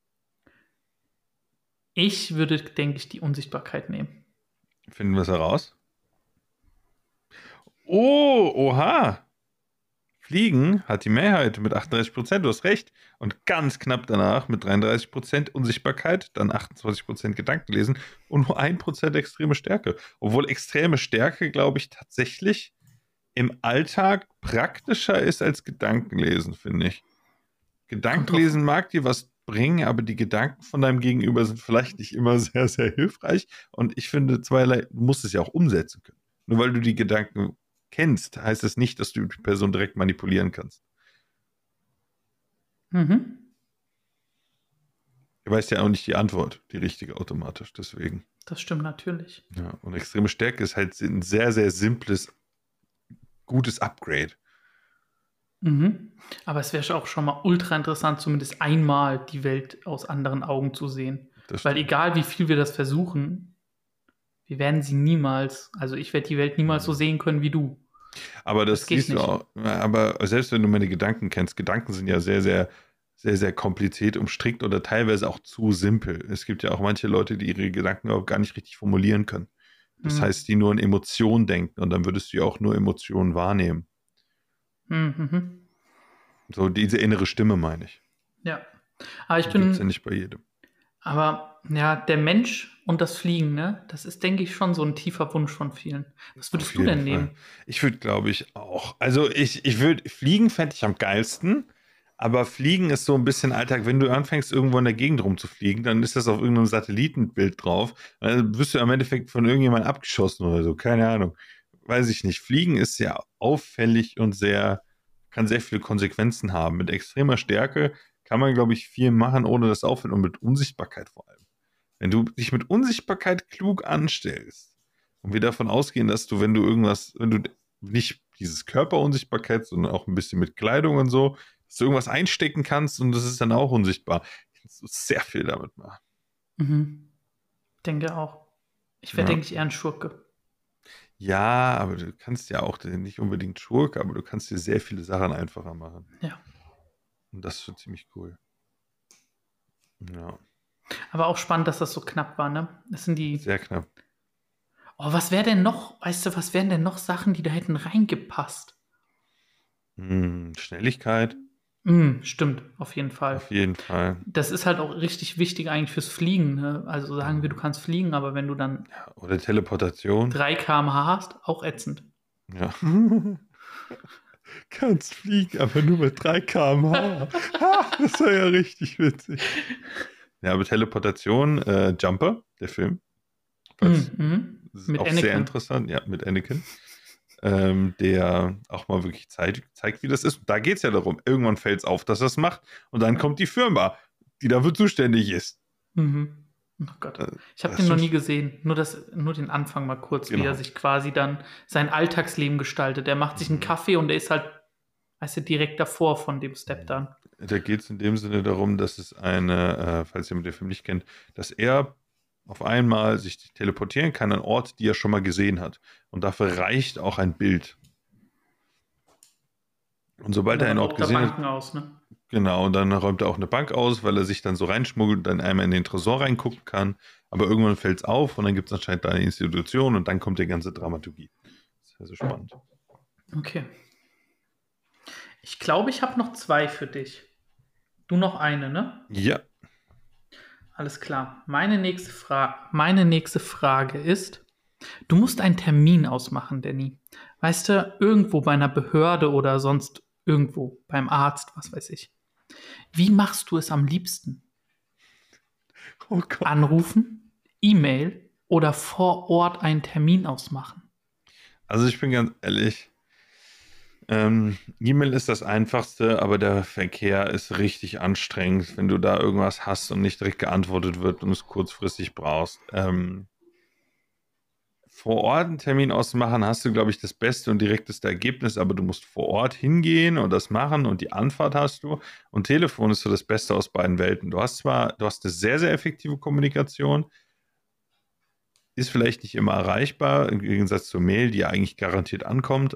[SPEAKER 1] Ich würde, denke ich, die Unsichtbarkeit nehmen.
[SPEAKER 2] Finden wir es heraus? Oh, oha. Fliegen hat die Mehrheit mit achtunddreißig Prozent, du hast recht. Und ganz knapp danach mit dreiunddreißig Prozent Unsichtbarkeit, dann achtundzwanzig Prozent Gedankenlesen und nur ein Prozent extreme Stärke. Obwohl extreme Stärke, glaube ich, tatsächlich im Alltag praktischer ist als Gedankenlesen, finde ich. Gedankenlesen mag dir was bringen, aber die Gedanken von deinem Gegenüber sind vielleicht nicht immer sehr, sehr hilfreich. Und ich finde zweierlei, du musst es ja auch umsetzen können. Nur weil du die Gedanken kennst, heißt das nicht, dass du die Person direkt manipulieren kannst.
[SPEAKER 1] Mhm.
[SPEAKER 2] Du weißt ja auch nicht die Antwort, die richtige automatisch, deswegen.
[SPEAKER 1] Das stimmt natürlich.
[SPEAKER 2] Ja, und extreme Stärke ist halt ein sehr, sehr simples, gutes Upgrade.
[SPEAKER 1] Mhm. Aber es wäre auch schon mal ultra interessant, zumindest einmal die Welt aus anderen Augen zu sehen.
[SPEAKER 2] Das
[SPEAKER 1] Weil
[SPEAKER 2] stimmt.
[SPEAKER 1] egal wie viel wir das versuchen, wir werden sie niemals, also ich werde die Welt niemals so sehen können wie du.
[SPEAKER 2] Aber das,
[SPEAKER 1] Das geht
[SPEAKER 2] siehst du
[SPEAKER 1] nicht.
[SPEAKER 2] auch. Aber selbst wenn du meine Gedanken kennst, Gedanken sind ja sehr, sehr, sehr, sehr kompliziert umstrickt oder teilweise auch zu simpel. Es gibt ja auch manche Leute, die ihre Gedanken auch gar nicht richtig formulieren können. Das
[SPEAKER 1] Mhm.
[SPEAKER 2] heißt, die nur in Emotionen denken und dann würdest du ja auch nur Emotionen wahrnehmen.
[SPEAKER 1] Mhm.
[SPEAKER 2] So diese innere Stimme meine ich.
[SPEAKER 1] Ja. Aber ich
[SPEAKER 2] Die gibt's ja
[SPEAKER 1] bin,
[SPEAKER 2] nicht bei jedem.
[SPEAKER 1] aber Ja, der Mensch und das Fliegen, ne? Das ist, denke ich, schon so ein tiefer Wunsch von vielen. Was
[SPEAKER 2] Auf
[SPEAKER 1] würdest du
[SPEAKER 2] jeden
[SPEAKER 1] denn
[SPEAKER 2] Fall.
[SPEAKER 1] nehmen?
[SPEAKER 2] Ich würde, glaube ich, auch. Also ich, ich würde, Fliegen fände ich am geilsten, aber Fliegen ist so ein bisschen Alltag. Wenn du anfängst, irgendwo in der Gegend rumzufliegen, dann ist das auf irgendeinem Satellitenbild drauf. Dann wirst du im Endeffekt von irgendjemandem abgeschossen oder so. Keine Ahnung. Weiß ich nicht. Fliegen ist sehr auffällig und sehr, kann sehr viele Konsequenzen haben. Mit extremer Stärke kann man, glaube ich, viel machen, ohne dass es auffällt und mit Unsichtbarkeit vor allem. Wenn du dich mit Unsichtbarkeit klug anstellst und wir davon ausgehen, dass du, wenn du irgendwas, wenn du nicht dieses Körperunsichtbarkeit, sondern auch ein bisschen mit Kleidung und so, dass du irgendwas einstecken kannst und das ist dann auch unsichtbar, kannst du sehr viel damit machen.
[SPEAKER 1] Mhm. Denke auch. Ich wäre,
[SPEAKER 2] Ja.
[SPEAKER 1] denke ich, eher ein Schurke.
[SPEAKER 2] Ja, aber du kannst ja auch nicht unbedingt Schurke, aber du kannst dir sehr viele Sachen einfacher machen.
[SPEAKER 1] Ja.
[SPEAKER 2] Und das ist schon ziemlich cool. Ja,
[SPEAKER 1] Aber auch spannend, dass das so knapp war, ne? Das sind die.
[SPEAKER 2] sehr knapp.
[SPEAKER 1] Oh, was wäre denn noch, weißt du, was wären denn noch Sachen, die da hätten reingepasst?
[SPEAKER 2] Hm, Schnelligkeit,
[SPEAKER 1] Mm, stimmt, auf jeden Fall.
[SPEAKER 2] auf jeden Fall.
[SPEAKER 1] Das ist halt auch richtig wichtig eigentlich fürs Fliegen, ne? Also sagen wir, du kannst fliegen, aber wenn du dann
[SPEAKER 2] Ja, oder Teleportation.
[SPEAKER 1] drei Kilometer pro Stunde hast, auch ätzend.
[SPEAKER 2] Ja. Kannst fliegen, aber nur mit drei Kilometer pro Stunde. Das war ja richtig witzig. Ja, aber Teleportation, äh, Jumper, der Film.
[SPEAKER 1] Mm,
[SPEAKER 2] Falls,
[SPEAKER 1] mm.
[SPEAKER 2] das ist
[SPEAKER 1] Mit
[SPEAKER 2] auch sehr
[SPEAKER 1] Anakin.
[SPEAKER 2] interessant, ja, mit Anakin. Ähm, der auch mal wirklich zeigt, zeigt, wie das ist. Und da geht es ja darum, irgendwann fällt es auf, dass er es macht. Und dann kommt die Firma, die dafür zuständig ist.
[SPEAKER 1] Mhm. Oh Gott.
[SPEAKER 2] Äh,
[SPEAKER 1] Ich habe
[SPEAKER 2] das
[SPEAKER 1] den noch
[SPEAKER 2] ist
[SPEAKER 1] nie
[SPEAKER 2] schon-
[SPEAKER 1] gesehen. Nur, das, nur den Anfang mal kurz, wie er
[SPEAKER 2] Genau.
[SPEAKER 1] sich quasi dann sein Alltagsleben gestaltet. Er macht sich einen
[SPEAKER 2] Mhm.
[SPEAKER 1] Kaffee und er ist halt, weißt du, direkt davor von dem Step dann.
[SPEAKER 2] Da geht es in dem Sinne darum, dass es eine, äh, falls ihr den Film nicht kennt, dass er auf einmal sich teleportieren kann an Orte, die er schon mal gesehen hat. Und dafür reicht auch ein Bild. Und sobald
[SPEAKER 1] Und
[SPEAKER 2] er
[SPEAKER 1] dann
[SPEAKER 2] einen Ort
[SPEAKER 1] raubt er
[SPEAKER 2] gesehen hat,
[SPEAKER 1] Banken aus, ne?
[SPEAKER 2] genau, und dann räumt er auch eine Bank aus, weil er sich dann so reinschmuggelt und dann einmal in den Tresor reingucken kann. Aber irgendwann fällt es auf und dann gibt es anscheinend da eine Institution und dann kommt die ganze Dramaturgie. Das ist also spannend.
[SPEAKER 1] Okay. Ich glaube, ich habe noch zwei für dich. Du noch eine, ne?
[SPEAKER 2] Ja,
[SPEAKER 1] Alles klar. Meine nächste, Fra meine nächste Frage ist, du musst einen Termin ausmachen, Danny. Weißt du, irgendwo bei einer Behörde oder sonst irgendwo, beim Arzt, was weiß ich. Wie machst du es am liebsten?
[SPEAKER 2] oh Gott.
[SPEAKER 1] Anrufen, E-Mail oder vor Ort einen Termin ausmachen?
[SPEAKER 2] Also ich bin ganz ehrlich, ähm, E-Mail ist das Einfachste, aber der Verkehr ist richtig anstrengend, wenn du da irgendwas hast und nicht direkt geantwortet wird und es kurzfristig brauchst. Ähm, vor Ort einen Termin ausmachen, hast du, glaube ich, das beste und direkteste Ergebnis, aber du musst vor Ort hingehen und das machen und die Anfahrt hast du. Und Telefon ist so das Beste aus beiden Welten. Du hast zwar, du hast eine sehr, sehr effektive Kommunikation, ist vielleicht nicht immer erreichbar, im Gegensatz zur Mail, die ja eigentlich garantiert ankommt.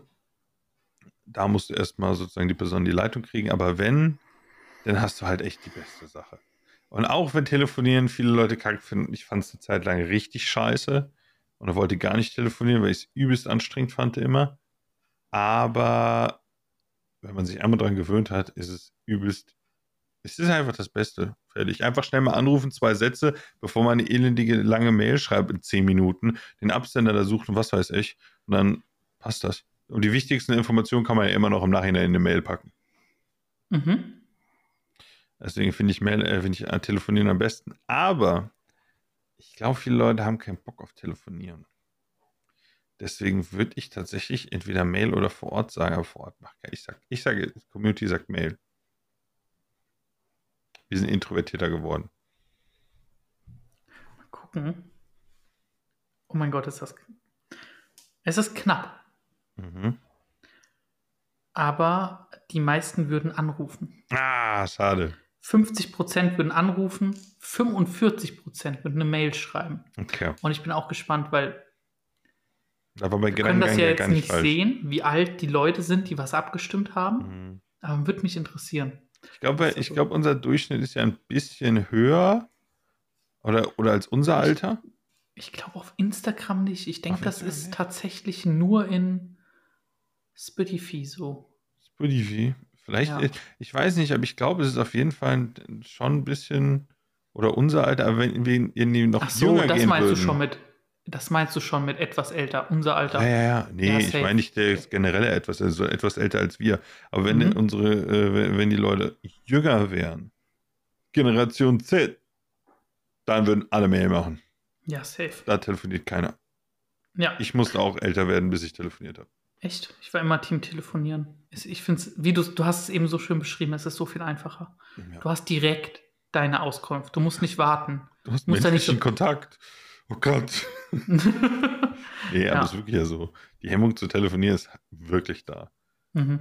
[SPEAKER 2] Da musst du erstmal sozusagen die Person die Leitung kriegen, aber wenn, dann hast du halt echt die beste Sache. Und auch wenn Telefonieren viele Leute kacke finden, ich fand es eine Zeit lang richtig scheiße und wollte gar nicht telefonieren, weil ich es übelst anstrengend fand immer. Aber wenn man sich einmal daran gewöhnt hat, ist es übelst, es ist einfach das Beste. Fertig. Einfach schnell mal anrufen, zwei Sätze, bevor man eine elendige lange Mail schreibt in zehn Minuten, den Absender da sucht und was weiß ich. Und dann passt das. Und die wichtigsten Informationen kann man ja immer noch im Nachhinein in eine Mail packen.
[SPEAKER 1] Mhm.
[SPEAKER 2] Deswegen finde ich, Mail, äh, finde ich äh, Telefonieren am besten. Aber ich glaube, viele Leute haben keinen Bock auf Telefonieren. Deswegen würde ich tatsächlich entweder Mail oder vor Ort sagen, aber vor Ort macht ich sag, ich sage, die Community sagt Mail. Wir sind introvertierter geworden.
[SPEAKER 1] Mal gucken. Oh mein Gott, ist das. Es ist knapp,
[SPEAKER 2] Mhm.
[SPEAKER 1] aber die meisten würden anrufen.
[SPEAKER 2] Ah, schade.
[SPEAKER 1] fünfzig Prozent würden anrufen, fünfundvierzig Prozent würden eine Mail schreiben.
[SPEAKER 2] Okay.
[SPEAKER 1] Und ich bin auch gespannt, weil
[SPEAKER 2] Da war mein
[SPEAKER 1] wir können das
[SPEAKER 2] Gedankengang
[SPEAKER 1] ja
[SPEAKER 2] ja
[SPEAKER 1] jetzt
[SPEAKER 2] gar
[SPEAKER 1] nicht
[SPEAKER 2] nicht falsch.
[SPEAKER 1] sehen, wie alt die Leute sind, die was abgestimmt haben.
[SPEAKER 2] Mhm.
[SPEAKER 1] Aber würde mich interessieren.
[SPEAKER 2] Ich glaube,
[SPEAKER 1] Was ist das
[SPEAKER 2] ich
[SPEAKER 1] so?
[SPEAKER 2] glaube, unser Durchschnitt ist ja ein bisschen höher oder, oder als unser Alter.
[SPEAKER 1] Ich glaube auf Instagram nicht. Ich denke,
[SPEAKER 2] Auf
[SPEAKER 1] das
[SPEAKER 2] Instagram
[SPEAKER 1] ist
[SPEAKER 2] nicht?
[SPEAKER 1] tatsächlich nur in Spotify so.
[SPEAKER 2] Spotify. Vielleicht,
[SPEAKER 1] Ja.
[SPEAKER 2] äh, ich weiß nicht, aber ich glaube, es ist auf jeden Fall ein- schon ein bisschen oder unser Alter, aber wenn, wenn, wenn die noch
[SPEAKER 1] Ach so,
[SPEAKER 2] jünger
[SPEAKER 1] das
[SPEAKER 2] gehen
[SPEAKER 1] meinst du
[SPEAKER 2] würden.
[SPEAKER 1] schon mit, das meinst du schon mit etwas älter, unser Alter.
[SPEAKER 2] Ja, ja, ja. Nee,
[SPEAKER 1] Ja,
[SPEAKER 2] ich
[SPEAKER 1] safe.
[SPEAKER 2] meine nicht der
[SPEAKER 1] Okay.
[SPEAKER 2] generelle etwas, also etwas älter als wir. Aber wenn
[SPEAKER 1] Mhm.
[SPEAKER 2] unsere, äh, wenn, wenn die Leute jünger wären, Generation Z, dann würden alle Mail machen.
[SPEAKER 1] Ja, safe.
[SPEAKER 2] Da telefoniert keiner.
[SPEAKER 1] Ja,
[SPEAKER 2] Ich musste auch älter werden, bis ich telefoniert habe.
[SPEAKER 1] echt. Ich war immer Team telefonieren. Es- Ich finde es, wie du, du hast es eben so schön beschrieben, es ist so viel einfacher.
[SPEAKER 2] Ja.
[SPEAKER 1] Du hast direkt deine Auskunft. Du musst nicht warten.
[SPEAKER 2] Du hast
[SPEAKER 1] Du musst da nicht
[SPEAKER 2] menschlichen
[SPEAKER 1] so.
[SPEAKER 2] Kontakt. Oh Gott. Nee, aber es ist
[SPEAKER 1] Ja.
[SPEAKER 2] wirklich ja so. Die Hemmung zu telefonieren ist wirklich da.
[SPEAKER 1] Mhm.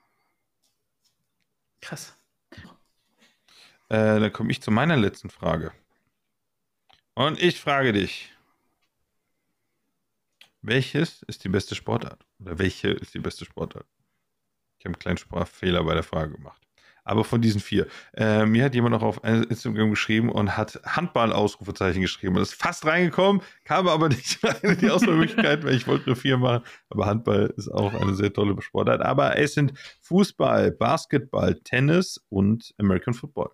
[SPEAKER 1] Krass.
[SPEAKER 2] Äh, dann komme ich zu meiner letzten Frage. Und ich frage dich, welches ist die beste Sportart? Oder welche ist die beste Sportart? Ich habe einen kleinen Sprachfehler bei der Frage gemacht. Aber von diesen vier. Äh, mir hat jemand noch auf Instagram geschrieben und hat Handball-Ausrufezeichen geschrieben. Und ist fast reingekommen, kam aber nicht rein in die Auswahlmöglichkeit, weil ich wollte nur vier machen. Aber Handball ist auch eine sehr tolle Sportart. Aber es sind Fußball, Basketball, Tennis und American Football.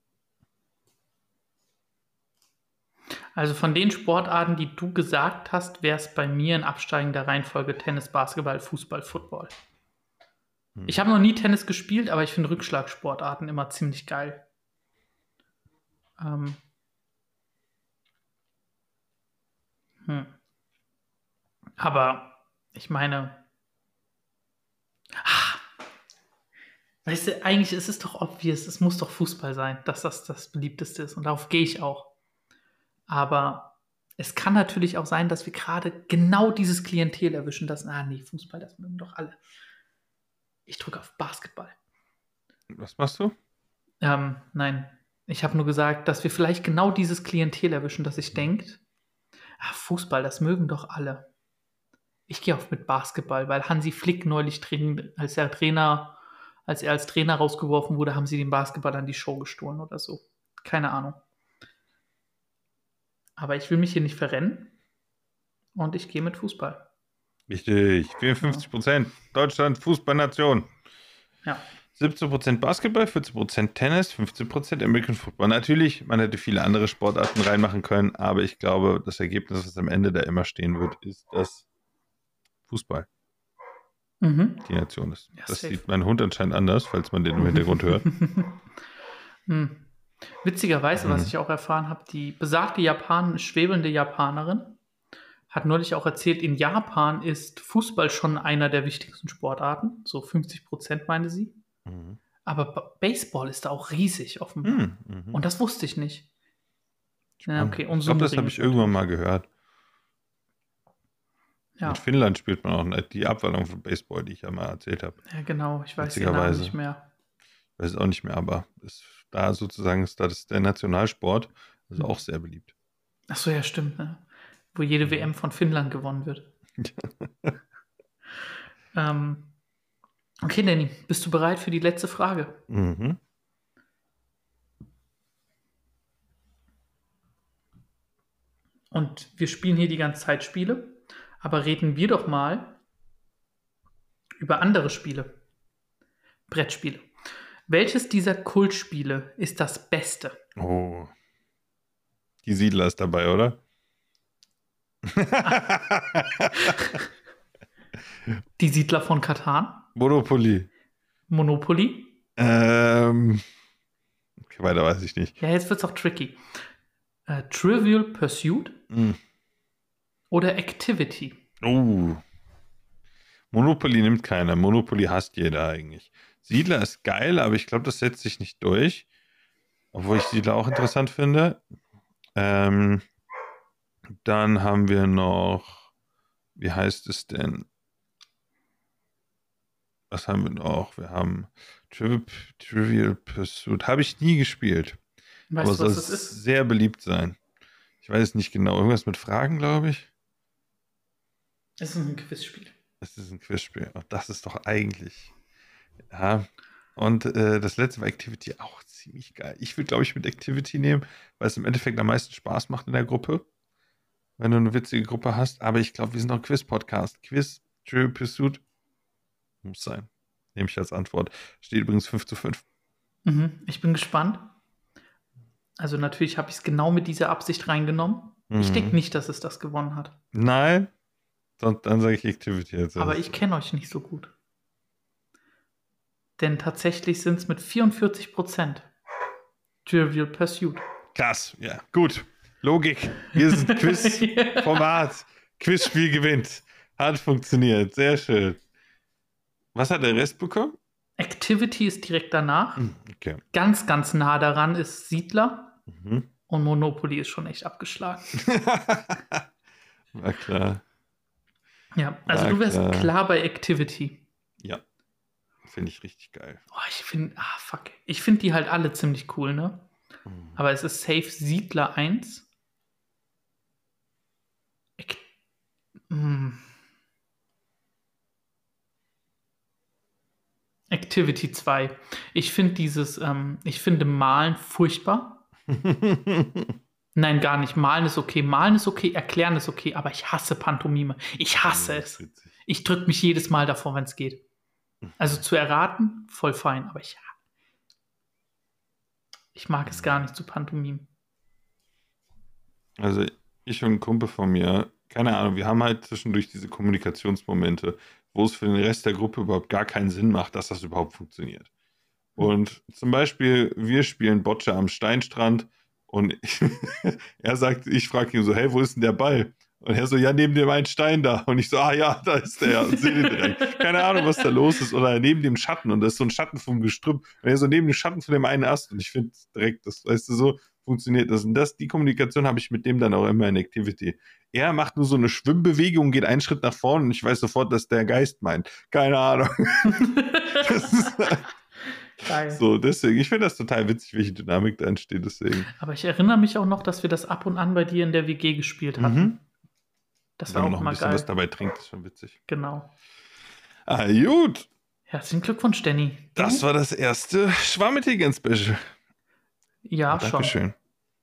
[SPEAKER 1] Also von den Sportarten, die du gesagt hast, wäre es bei mir in absteigender Reihenfolge Tennis, Basketball, Fußball, Football.
[SPEAKER 2] Hm.
[SPEAKER 1] Ich habe noch nie Tennis gespielt, aber ich finde Rückschlagsportarten immer ziemlich geil. Ähm. Hm. Aber ich meine, ah, weißt du, eigentlich ist es doch obvious, es muss doch Fußball sein, dass das das beliebteste ist und darauf gehe ich auch. Aber es kann natürlich auch sein, dass wir gerade genau dieses Klientel erwischen, dass, ah nee, Fußball, das mögen doch alle. Ich drücke auf Basketball.
[SPEAKER 2] Was machst du?
[SPEAKER 1] Ähm, nein, ich habe nur gesagt, dass wir vielleicht genau dieses Klientel erwischen, dass sich denkt, ah, Fußball, das mögen doch alle. Ich gehe auf mit Basketball, weil Hansi Flick neulich, train- als er Trainer, als er als Trainer rausgeworfen wurde, haben sie den Basketball an die Show gestohlen oder so. Keine Ahnung. Aber ich will mich hier nicht verrennen und ich gehe mit Fußball.
[SPEAKER 2] Richtig, vierundfünfzig Prozent. Deutschland, Fußballnation.
[SPEAKER 1] Ja.
[SPEAKER 2] siebzehn Prozent Basketball, vierzehn Prozent Tennis, fünfzehn Prozent American Football. Natürlich, man hätte viele andere Sportarten reinmachen können, aber ich glaube, das Ergebnis, was am Ende da immer stehen wird, ist, dass Fußball
[SPEAKER 1] Mhm.
[SPEAKER 2] die Nation ist.
[SPEAKER 1] Ja,
[SPEAKER 2] Das
[SPEAKER 1] safe.
[SPEAKER 2] sieht mein Hund anscheinend anders, falls man den im Hintergrund hört.
[SPEAKER 1] Hm. Witzigerweise, was
[SPEAKER 2] Mhm.
[SPEAKER 1] ich auch erfahren habe, die besagte Japan schwebelnde Japanerin hat neulich auch erzählt, in Japan ist Fußball schon einer der wichtigsten Sportarten. So fünfzig Prozent meinte sie.
[SPEAKER 2] Mhm.
[SPEAKER 1] Aber Ba- Baseball ist da auch riesig offenbar.
[SPEAKER 2] Mhm. Mhm.
[SPEAKER 1] Und das wusste ich nicht. Ja, okay. Und
[SPEAKER 2] Ich glaube, das habe
[SPEAKER 1] Sumo-Ring
[SPEAKER 2] ich irgendwann
[SPEAKER 1] natürlich.
[SPEAKER 2] mal gehört.
[SPEAKER 1] Ja.
[SPEAKER 2] In Finnland spielt man auch die Abwandlung von Baseball, die ich ja mal erzählt habe.
[SPEAKER 1] Ja, genau. Ich weiß den Namen
[SPEAKER 2] Witzigerweise.
[SPEAKER 1] nicht mehr.
[SPEAKER 2] Ich weiß es auch nicht mehr, aber ist da sozusagen ist das der Nationalsport. Also
[SPEAKER 1] Hm.
[SPEAKER 2] auch sehr beliebt.
[SPEAKER 1] Achso, ja, stimmt. Ne? Wo jede W M von Finnland gewonnen wird. ähm, okay, Danny, bist du bereit für die letzte Frage?
[SPEAKER 2] Mhm.
[SPEAKER 1] Und wir spielen hier die ganze Zeit Spiele, aber reden wir doch mal über andere Spiele. Brettspiele. Welches dieser Kultspiele ist das Beste?
[SPEAKER 2] Oh. Die Siedler ist dabei, oder?
[SPEAKER 1] Die Siedler von Katan?
[SPEAKER 2] Monopoly.
[SPEAKER 1] Monopoly?
[SPEAKER 2] Ähm. Okay, weiter weiß ich nicht.
[SPEAKER 1] Ja, jetzt wird es auch tricky. Äh, Trivial Pursuit
[SPEAKER 2] Mhm.
[SPEAKER 1] oder Activity?
[SPEAKER 2] Oh. Monopoly nimmt keiner. Monopoly hasst jeder eigentlich. Siedler ist geil, aber ich glaube, das setzt sich nicht durch. Obwohl ich Siedler auch interessant finde. Ähm, dann haben wir noch, wie heißt es denn? Was haben wir noch? Wir haben Trivial, Trivial Pursuit. Habe ich nie gespielt.
[SPEAKER 1] Weißt
[SPEAKER 2] aber
[SPEAKER 1] du, was
[SPEAKER 2] soll
[SPEAKER 1] das ist?
[SPEAKER 2] sehr beliebt sein. Ich weiß es nicht genau. Irgendwas mit Fragen, glaube ich.
[SPEAKER 1] Es ist ein Quizspiel.
[SPEAKER 2] Das ist ein Quizspiel. Ach, das ist doch eigentlich. Ja. Und äh, das letzte war Activity auch ziemlich geil. Ich würde, glaube ich, mit Activity nehmen, weil es im Endeffekt am meisten Spaß macht in der Gruppe. Wenn du eine witzige Gruppe hast. Aber ich glaube, wir sind auch ein Quiz-Podcast. Quiz, Trivial Pursuit muss sein. Nehme ich als Antwort. Steht übrigens fünf zu fünf.
[SPEAKER 1] Mhm, ich bin gespannt. Also natürlich habe ich es genau mit dieser Absicht reingenommen. Mhm. Ich denke nicht, dass es das gewonnen hat.
[SPEAKER 2] Nein? Dann, dann sage ich Activity jetzt.
[SPEAKER 1] Aber ich kenne euch nicht so gut. Denn tatsächlich sind es mit vierundvierzig Prozent Trivial Pursuit.
[SPEAKER 2] Krass, ja, gut. Logik. Hier ist ein Quiz-Format. Quizspiel gewinnt. Hat funktioniert. Sehr schön. Was hat der Rest bekommen?
[SPEAKER 1] Activity ist direkt danach.
[SPEAKER 2] Okay.
[SPEAKER 1] Ganz, ganz nah daran ist Siedler. Mhm. Und Monopoly ist schon echt abgeschlagen.
[SPEAKER 2] War klar.
[SPEAKER 1] Ja, also War du wärst klar. klar bei Activity.
[SPEAKER 2] Ja. Finde ich richtig geil.
[SPEAKER 1] Oh, ich finde, ah, fuck. Ich finde die halt alle ziemlich cool, ne? Mhm. Aber es ist safe Siedler eins. Act- mm. Activity zwei. Ich finde dieses, ähm, ich finde Malen furchtbar. Nein, gar nicht. Malen ist okay. Malen ist okay, erklären ist okay, aber ich hasse Pantomime. Ich hasse es. Ich drücke mich jedes Mal davor, wenn es geht. Also zu erraten, voll fein, aber ich, ich mag es gar nicht zu Pantomimen.
[SPEAKER 2] Also ich und ein Kumpel von mir, keine Ahnung, wir haben halt zwischendurch diese Kommunikationsmomente, wo es für den Rest der Gruppe überhaupt gar keinen Sinn macht, dass das überhaupt funktioniert. Und zum Beispiel, wir spielen Bocce am Steinstrand und ich, er sagt, ich frage ihn so, hey, wo ist denn der Ball? Und er so, ja, neben dem einen Stein da. Und ich so, ah ja, da ist der. Und sehe den direkt. Keine Ahnung, was da los ist. Oder neben dem Schatten. Und das ist so ein Schatten vom Gestrüpp. Und er so, neben dem Schatten von dem einen Ast. Und ich finde direkt, das, weißt du, so funktioniert das. Und das, die Kommunikation habe ich mit dem dann auch immer in Activity. Er macht nur so eine Schwimmbewegung, geht einen Schritt nach vorne und ich weiß sofort, dass der Geist meint. Keine Ahnung. Das ist Geil. So, deswegen, ich finde das total witzig, welche Dynamik da entsteht. Deswegen.
[SPEAKER 1] Aber ich erinnere mich auch noch, dass wir das ab und an bei dir in der W G gespielt hatten. Mhm. Das war auch
[SPEAKER 2] noch
[SPEAKER 1] mal
[SPEAKER 2] ein bisschen
[SPEAKER 1] geil.
[SPEAKER 2] Was dabei trinkt, ist schon witzig.
[SPEAKER 1] Genau.
[SPEAKER 2] Ah, gut.
[SPEAKER 1] Herzlichen Glückwunsch, Danny. Du?
[SPEAKER 2] Das war das erste Schwarmintelligenz-Special.
[SPEAKER 1] Ja,
[SPEAKER 2] oh,
[SPEAKER 1] schon.
[SPEAKER 2] Dankeschön.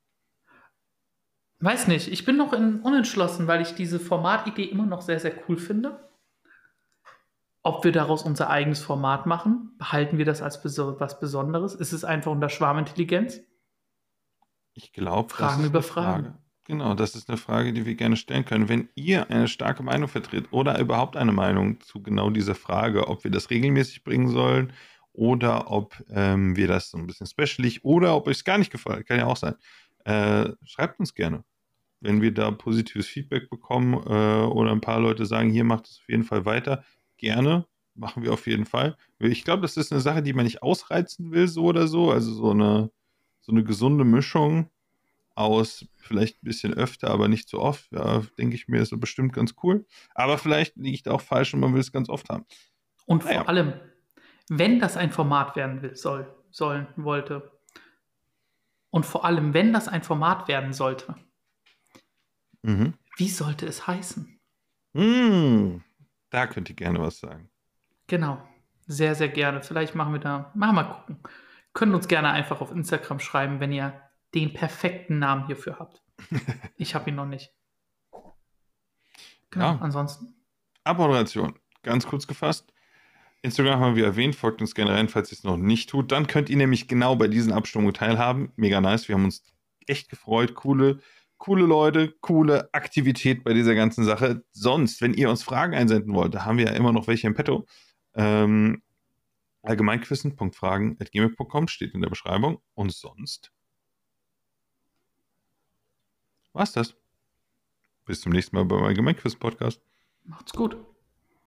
[SPEAKER 1] Weiß nicht, ich bin noch in, unentschlossen, weil ich diese Formatidee immer noch sehr, sehr cool finde. Ob wir daraus unser eigenes Format machen, behalten wir das als beso- was Besonderes? Ist es einfach unter Schwarmintelligenz?
[SPEAKER 2] Ich glaube,
[SPEAKER 1] Fragen über Fragen.
[SPEAKER 2] Frage. Genau, das ist eine Frage, die wir gerne stellen können. Wenn ihr eine starke Meinung vertritt oder überhaupt eine Meinung zu genau dieser Frage, ob wir das regelmäßig bringen sollen oder ob ähm, wir das so ein bisschen specialig oder ob euch es gar nicht gefällt, kann ja auch sein. Äh, schreibt uns gerne. Wenn wir da positives Feedback bekommen äh, oder ein paar Leute sagen, hier macht es auf jeden Fall weiter, gerne, machen wir auf jeden Fall. Ich glaube, das ist eine Sache, die man nicht ausreizen will, so oder so. Also so eine, so eine gesunde Mischung aus vielleicht ein bisschen öfter, aber nicht so oft. Ja, denke ich mir, ist so bestimmt ganz cool. Aber vielleicht liege ich da auch falsch und man will es ganz oft haben.
[SPEAKER 1] Und
[SPEAKER 2] naja.
[SPEAKER 1] vor allem, wenn das ein Format werden will, soll, sollen, wollte, und vor allem, wenn das ein Format werden sollte, mhm. wie sollte es heißen?
[SPEAKER 2] Mhm. Da könnt ihr gerne was sagen.
[SPEAKER 1] Genau, sehr, sehr gerne. Vielleicht machen wir da, machen wir mal gucken. Könnt uns gerne einfach auf Instagram schreiben, wenn ihr den perfekten Namen hierfür habt. Ich habe ihn noch nicht. Genau, ja. Ansonsten.
[SPEAKER 2] Abmoderation, ganz kurz gefasst. Instagram haben wir erwähnt, folgt uns gerne rein, falls ihr es noch nicht tut. Dann könnt ihr nämlich genau bei diesen Abstimmungen teilhaben. Mega nice, wir haben uns echt gefreut. Coole, coole Leute, coole Aktivität bei dieser ganzen Sache. Sonst, wenn ihr uns Fragen einsenden wollt, da haben wir ja immer noch welche im Petto. Ähm, allgemeinquissen punkt fragen at gmail punkt com steht in der Beschreibung. Und sonst war's das. Bis zum nächsten Mal beim Allgemeinquiz-Podcast.
[SPEAKER 1] Macht's gut.